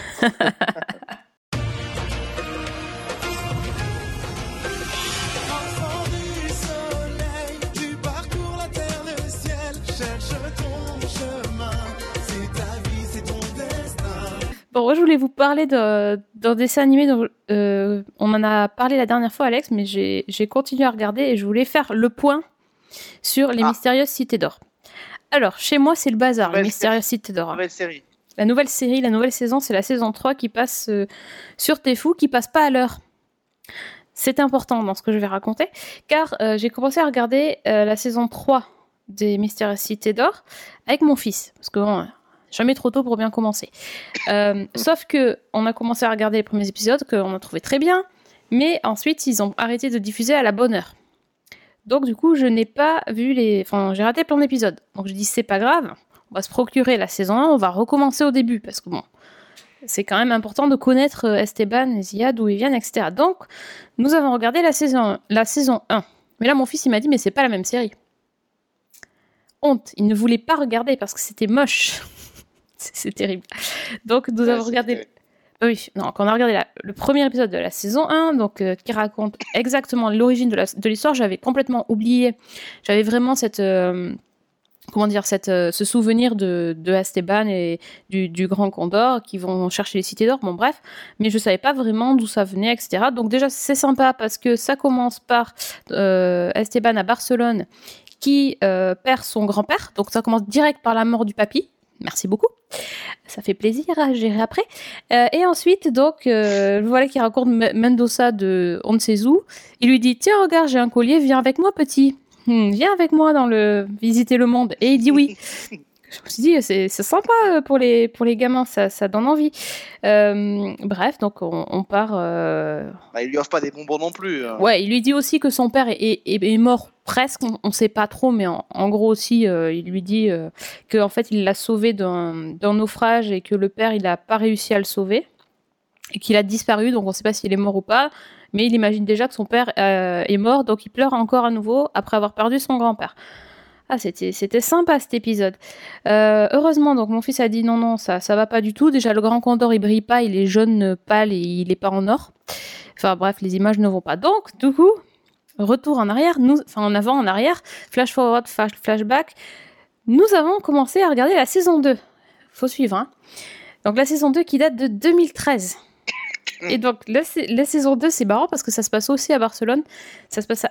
Bon, moi, je voulais vous parler d'un dessin animé dont on en a parlé la dernière fois, Alex, mais j'ai continué à regarder et je voulais faire le point sur les Mystérieuses Cités d'Or. Alors, chez moi, c'est le bazar, les Mystérieuses Cités d'Or. Nouvelle série. La nouvelle série, la nouvelle saison, c'est la saison 3 qui passe sur Téfou, qui passe pas à l'heure. C'est important dans ce que je vais raconter, car j'ai commencé à regarder la saison 3 des Mystérieuses Cités d'Or avec mon fils, parce que bon, jamais trop tôt pour bien commencer. Sauf que on a commencé à regarder les premiers épisodes, qu'on a trouvé très bien, mais ensuite ils ont arrêté de diffuser à la bonne heure. Donc du coup, je n'ai pas vu j'ai raté plein d'épisodes. Donc je dis c'est pas grave, on va se procurer la saison 1, on va recommencer au début, parce que bon, c'est quand même important de connaître Esteban et Ziad, d'où ils viennent, etc. Donc, nous avons regardé la saison 1. Mais là, mon fils, il m'a dit, mais c'est pas la même série. Honte, il ne voulait pas regarder parce que c'était moche. C'est terrible. Donc, nous avons regardé... Oui, non, quand on a regardé le premier épisode de la saison 1, donc, qui raconte exactement l'origine de l'histoire, j'avais complètement oublié. J'avais vraiment ce souvenir de Esteban et du Grand Condor qui vont chercher les cités d'or, bon bref, mais je savais pas vraiment d'où ça venait, etc. Donc déjà c'est sympa parce que ça commence par Esteban à Barcelone qui perd son grand-père, donc ça commence direct par la mort du papy. Merci beaucoup. Ça fait plaisir à gérer après. Et ensuite, donc, voilà qui raconte Mendoza de on ne sait où. Il lui dit, tiens, regarde, j'ai un collier, viens avec moi, petit. Viens avec moi visiter le monde. Et il dit oui. Je me suis dit, c'est sympa pour les gamins, ça donne envie. Bref, donc on part... il lui offre pas des bonbons non plus. Ouais, il lui dit aussi que son père est mort presque, on sait pas trop, mais en gros aussi, il lui dit qu'en fait, il l'a sauvé d'un naufrage et que le père, il a pas réussi à le sauver et qu'il a disparu, donc on sait pas s'il est mort ou pas, mais il imagine déjà que son père est mort, donc il pleure encore à nouveau après avoir perdu son grand-père. Ah, c'était sympa cet épisode. Heureusement, donc mon fils a dit non, ça va pas du tout. Déjà, le Grand Condor, il brille pas, il est jaune pâle et il est pas en or. Enfin bref, les images ne vont pas. Donc, du coup, retour en arrière, en avant, en arrière, flash forward, flashback. Nous avons commencé à regarder la saison 2. Faut suivre, hein. Donc la saison 2 qui date de 2013. Et donc la saison 2, c'est marrant parce que ça se passe aussi à Barcelone. Ça se passe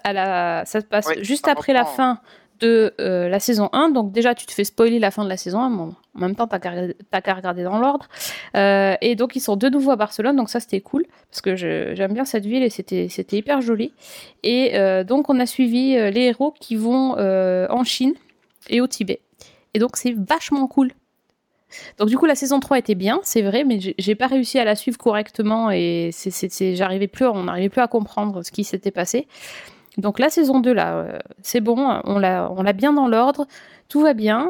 juste après la fin de la saison 1, donc déjà tu te fais spoiler la fin de la saison 1, bon, en même temps t'as qu'à regarder dans l'ordre, et donc ils sont de nouveau à Barcelone, donc ça c'était cool, parce que j'aime bien cette ville et c'était hyper joli, et donc on a suivi les héros qui vont en Chine et au Tibet, et donc c'est vachement cool. Donc du coup la saison 3 était bien, c'est vrai, mais j'ai pas réussi à la suivre correctement, et on n'arrivait plus à comprendre ce qui s'était passé. Donc la saison 2, là, c'est bon, on l'a bien dans l'ordre, tout va bien.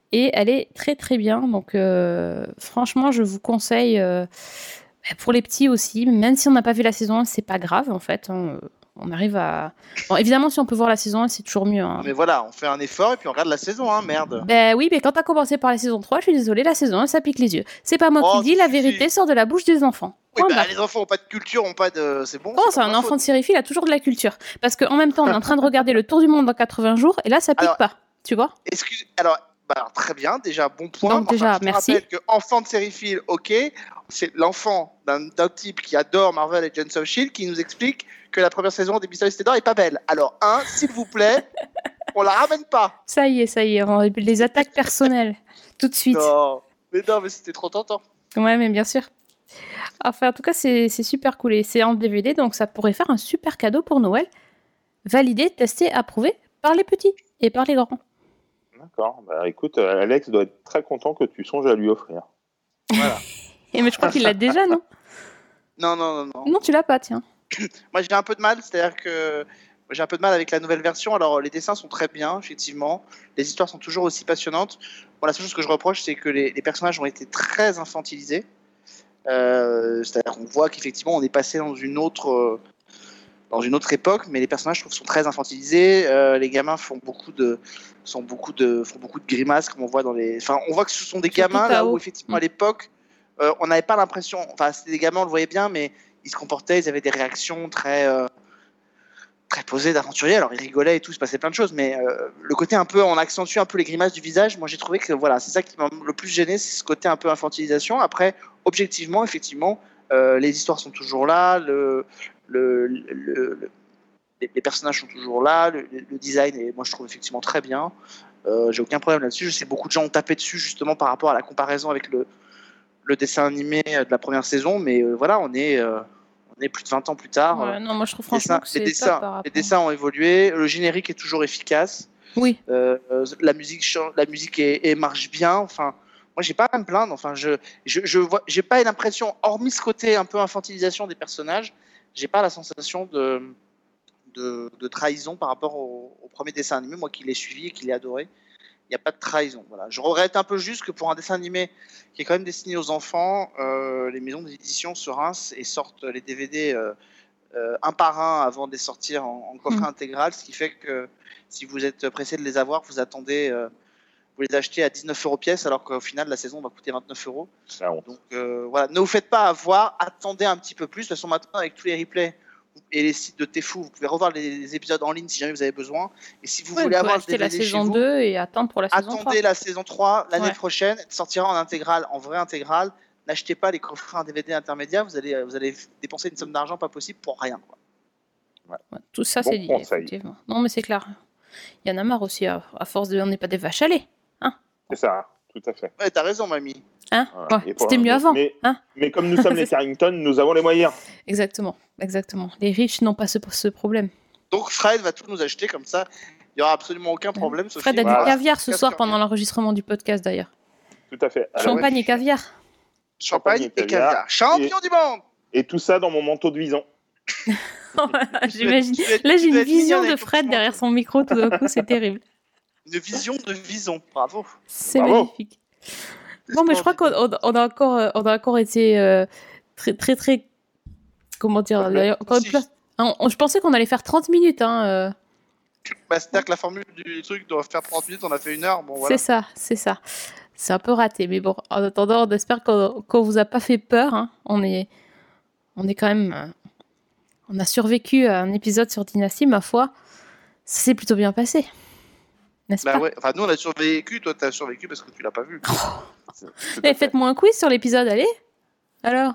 et elle est très très bien. Donc franchement, je vous conseille pour les petits aussi, même si on n'a pas vu la saison 1, c'est pas grave en fait. On arrive à... Bon, évidemment, si on peut voir la saison 1, c'est toujours mieux. Hein. Mais voilà, on fait un effort et puis on regarde la saison, hein, merde. Ben oui, mais quand t'as commencé par la saison 3, je suis désolée, la saison 1, ça pique les yeux. C'est pas moi Oh, qui dis, la si. vérité sort de la bouche des enfants. Oui, Point bah, barre. les enfants ont pas de culture, ont pas de. C'est bon. Oh, c'est c'est pas un ma enfant faute. de sériephile, il a toujours de la culture. Parce qu'en même temps, on est en train de regarder le tour du monde dans 80 jours, et là, ça pique Alors- pas, tu vois. Alors, très bien, déjà, bon point. Donc, déjà, je te merci. rappelle que enfant de sériephile, ok, c'est l'enfant d'un type qui adore Marvel et Agents of S.H.I.E.L.D. qui nous explique que la première saison des Mystérieux Cités d'Or est pas belle. Alors, s'il vous plaît, on la ramène pas. Ça y est, les attaques personnelles, tout de suite. Non, mais c'était trop tentant. Ouais, mais bien sûr. Enfin, en tout cas, c'est super cool. Et c'est en DVD, donc ça pourrait faire un super cadeau pour Noël. Validé, testé, approuvé par les petits et par les grands. D'accord. Bah, écoute, Alex doit être très content que tu songes à lui offrir. Voilà. Et mais je crois qu'il l'a déjà, non? Non. Non, tu l'as pas, tiens. Moi, j'ai un peu de mal, c'est-à-dire que j'ai un peu de mal avec la nouvelle version. Alors, les dessins sont très bien, effectivement. Les histoires sont toujours aussi passionnantes. Bon, la seule chose que je reproche, c'est que les personnages ont été très infantilisés. C'est-à-dire qu'on voit qu'effectivement, on est passé dans une autre époque, mais les personnages, je trouve, sont très infantilisés. Les gamins font beaucoup de grimaces, comme on voit dans les. Enfin, on voit que ce sont des Surtout gamins là Tao. où effectivement à l'époque, on n'avait pas l'impression. Enfin, c'était des gamins, on le voyait bien, mais ils se comportaient, ils avaient des réactions très posées d'aventuriers. Alors, ils rigolaient et tout, il se passait plein de choses, mais le côté un peu, on accentue un peu les grimaces du visage. Moi, j'ai trouvé que voilà, c'est ça qui m'a le plus gêné, c'est ce côté un peu infantilisation. Après, objectivement, effectivement, les histoires sont toujours là, les personnages sont toujours là, le design est, moi je trouve effectivement très bien. J'ai aucun problème là-dessus. Je sais que beaucoup de gens ont tapé dessus justement par rapport à la comparaison avec le dessin animé de la première saison, mais voilà, on est plus de 20 ans plus tard. Ouais, non, moi je trouve franchement que c'est top par rapport. Les dessins ont évolué, le générique est toujours efficace. Oui. La musique marche bien. Enfin, moi j'ai pas à me plaindre. Enfin, j'ai pas l'impression, hormis ce côté un peu infantilisation des personnages, j'ai pas la sensation de trahison par rapport au premier dessin animé, moi qui l'ai suivi et qui l'ai adoré. Il n'y a pas de trahison. Voilà. Je regrette un peu juste que pour un dessin animé qui est quand même destiné aux enfants, les maisons d'édition se rincent et sortent les DVD un par un avant de les sortir en coffret intégral, ce qui fait que si vous êtes pressé de les avoir, vous attendez, vous les achetez à 19 € pièce, alors qu'au final la saison va coûter 29 €. Ah, bon. Donc voilà, ne vous faites pas avoir, attendez un petit peu plus. De toute façon, maintenant avec tous les replays et les sites de Tefou, vous pouvez revoir les épisodes en ligne si jamais vous avez besoin. Et si vous voulez avoir le acheter DVD la saison chez vous, 2 et attendre pour la saison 3. attendez la saison 3 l'année Ouais. prochaine, elle sortira en intégrale, en vrai intégral. N'achetez pas les coffrets en DVD intermédiaires, vous allez dépenser une somme d'argent pas possible pour rien, quoi. Ouais, tout ça, Bon c'est dit, conseil. effectivement. Non, mais c'est clair. Il y en a marre aussi, à force de... On n'est pas des vaches à lait. C'est ça, tout à fait. Ouais, t'as raison, mamie. Hein Voilà. Ouais, Et pour- c'était mieux avant. Mais, Hein mais comme nous sommes les Carrington, nous avons les moyens. Exactement. Les riches n'ont pas ce problème. Donc Fred va tout nous acheter comme ça. Il n'y aura absolument aucun problème. Sophie. Fred a Voilà. du caviar ce soir Casque- pendant l'enregistrement du podcast d'ailleurs. Tout à fait. Alors, Champagne et caviar. Champagne et caviar. caviar. Champion du monde. et tout ça dans mon manteau de vison. J'imagine. Tu vas- Là, j'ai tu vas une être vision mignonne de avec ton Fred petit derrière manteau. son micro tout d'un coup, c'est terrible. Une vision de vison. Bravo. C'est Bravo. magnifique. Bon, mais je crois qu'on a encore été très, très, très. Comment dire d'ailleurs, encore une Si. place. Je pensais qu'on allait faire 30 minutes. Hein, Bah, c'est-à-dire que la formule du truc doit faire 30 minutes, on a fait 1 heure. Bon, voilà. C'est ça. C'est un peu raté. Mais bon, en attendant, on espère qu'on vous a pas fait peur. Hein. On est quand même. On a survécu à un épisode sur Dynasty, ma foi. Ça s'est plutôt bien passé. N'est-ce Bah pas ouais. Enfin, nous on a survécu, toi t'as survécu parce que tu l'as pas vu. Tout à Eh, fait. faites-moi un quiz sur l'épisode, allez. Alors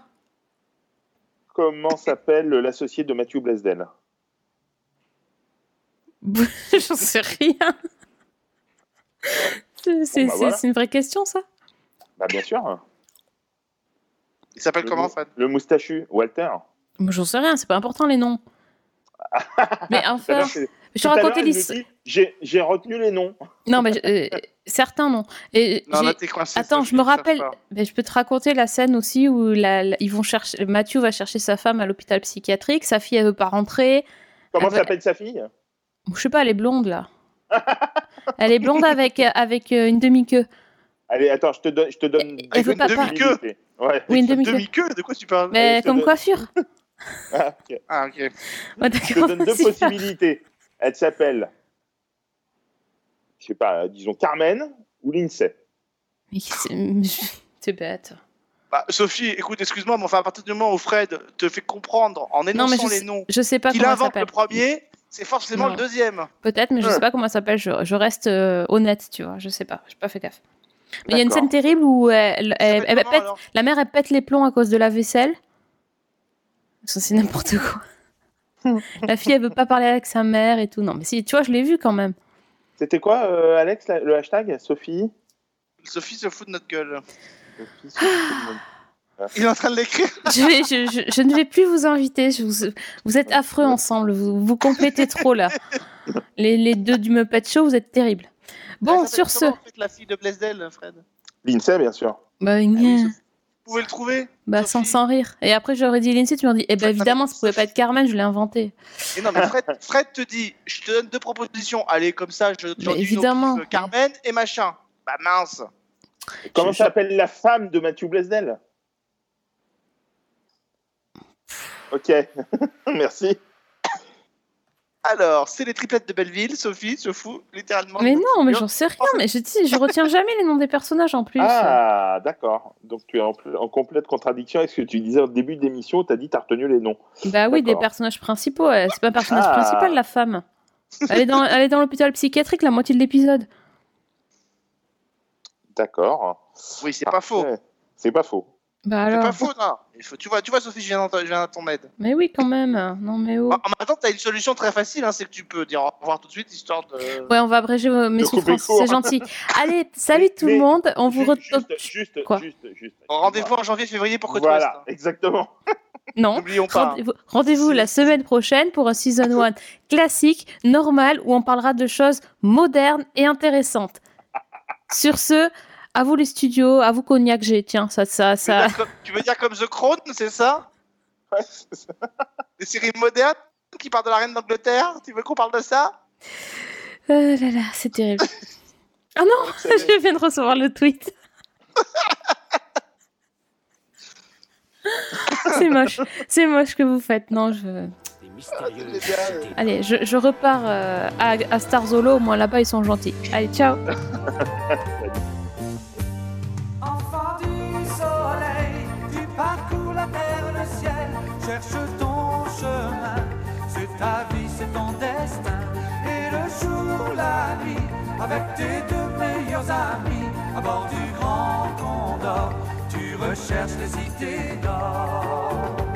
Comment s'appelle l'associé de Matthew Blaisdell? J'en sais rien. C'est voilà. c'est une vraie question, ça. Bah bien sûr. Il s'appelle comment, Fred? Le moustachu, Walter. Moi, j'en sais rien, c'est pas important les noms. Mais Tout à enfin, l'heure, c'est- je tout te à l'heure, racontais elle nous l'histoire. dit, j'ai retenu les noms. Non, mais certains non. Et Non, j'ai- là t'es coincé. Attends, Sophie, je me ils savent rappelle. pas. Ben, je peux te raconter la scène aussi où ils vont chercher. Matthew va chercher sa femme à l'hôpital psychiatrique. Sa fille, elle veut pas rentrer. Comment Ah bah- s'appelle sa fille? Je sais pas, elle est blonde là. Elle est blonde avec une demi-queue. Allez, attends, je te donne Elle veut une pas- possibilité. Ouais. Oui, une demi-queue. Demi-queue, de quoi tu parles? Mais je te comme donne- coiffure. Ah, ok. Ah, ok. Ouais, Je te d'accord, donne deux vas-y. possibilités. Elle s'appelle, je sais pas, disons Carmen ou Lindsay. Mais c'est bête. Bah, Sophie, écoute, excuse-moi, mais enfin, à partir du moment où Fred te fait comprendre en Non, mais énonçant les noms je sais pas qu'il comment elle invente le s'appelle. premier, c'est forcément Non. le deuxième. Peut-être, mais je sais pas comment elle s'appelle. Je reste honnête, tu vois. Je sais pas. J'ai pas fait gaffe. Mais il y a une D'accord. scène terrible où Ça s'appelle comment, pète, alors la mère elle pète les plombs à cause de la vaisselle. Ça c'est n'importe quoi. La fille elle veut pas parler avec sa mère et tout. Non, mais si, tu vois, je l'ai vu quand même. C'était quoi, Alex, le hashtag Sophie? Sophie se fout de notre gueule. Sophie, Sophie. Il est en train de l'écrire. Je ne vais plus vous inviter. Vous êtes affreux ensemble. Vous complétez trop là. Les deux du Muppet Show, vous êtes terribles. Bon, Elle sur s'appelle ce. comment, en fait, la fille de Blaisdell, Fred? Lindsay, bien sûr. Bah, Ah oui, gna. Sophie. Vous pouvez le trouver? Bah, Sophie. sans rire. Et après, j'aurais dit Lindsay, tu m'aurais dit, eh ben Fred, évidemment, ça pouvait pas être Carmen, je l'ai inventé. Et non, mais Fred te dit, je te donne deux propositions. Allez, comme ça, j'en dis une au évidemment. pif, Carmen et machin. Bah mince. Et comment Je- s'appelle la femme de Matthew Blaisdell? Ok, merci. Alors, c'est les triplettes de Belleville. Sophie se fout littéralement. Mais de notre non, mais figure. j'en sais rien. Mais je retiens jamais les noms des personnages en plus. Ah, d'accord. Donc tu es en complète contradiction avec ce que tu disais au début de l'émission, tu as dit tu as retenu les noms. Bah oui, des D'accord. personnages principaux. C'est pas un personnage Ah. principal, la femme. Elle est dans l'hôpital psychiatrique la moitié de l'épisode. D'accord. Oui, c'est pas faux. Ouais, c'est pas faux. Bah C'est alors. pas faux, non. Tu vois, Sophie, je viens à ton aide. Mais oui, quand même. Non, mais oh. En même temps, t'as une solution très facile, hein, c'est que tu peux dire au revoir tout de suite, histoire de. Ouais, on va abréger mes De couper souffrances. court. C'est gentil. Allez, salut tout le Mais- monde. On vous retrouve. Juste. Quoi Rendez-vous en janvier-février pour Côte Voilà, Ouest. exactement. Non. N'oublions pas. Rendez-vous la semaine prochaine pour un season 1 classique, normal, où on parlera de choses modernes et intéressantes. Sur ce, à vous les studios, à vous Cognac G. Tiens, ça. Tu veux dire comme The Crown, c'est ça? Ouais, c'est ça. Des séries modernes qui parlent de la reine d'Angleterre? Tu veux qu'on parle de ça? Là, c'est terrible. Ah non, je viens de recevoir le tweet. C'est moche que vous faites. Non, Allez, je repars à Starzolo, au moins là-bas ils sont gentils. Allez, ciao. Enfant du soleil, tu parcours la terre, le ciel, cherche ton chemin. C'est ta vie, c'est ton destin. Et le jour, la nuit, avec tes deux meilleurs amis, à bord du Grand Condor, tu recherches les idées d'or.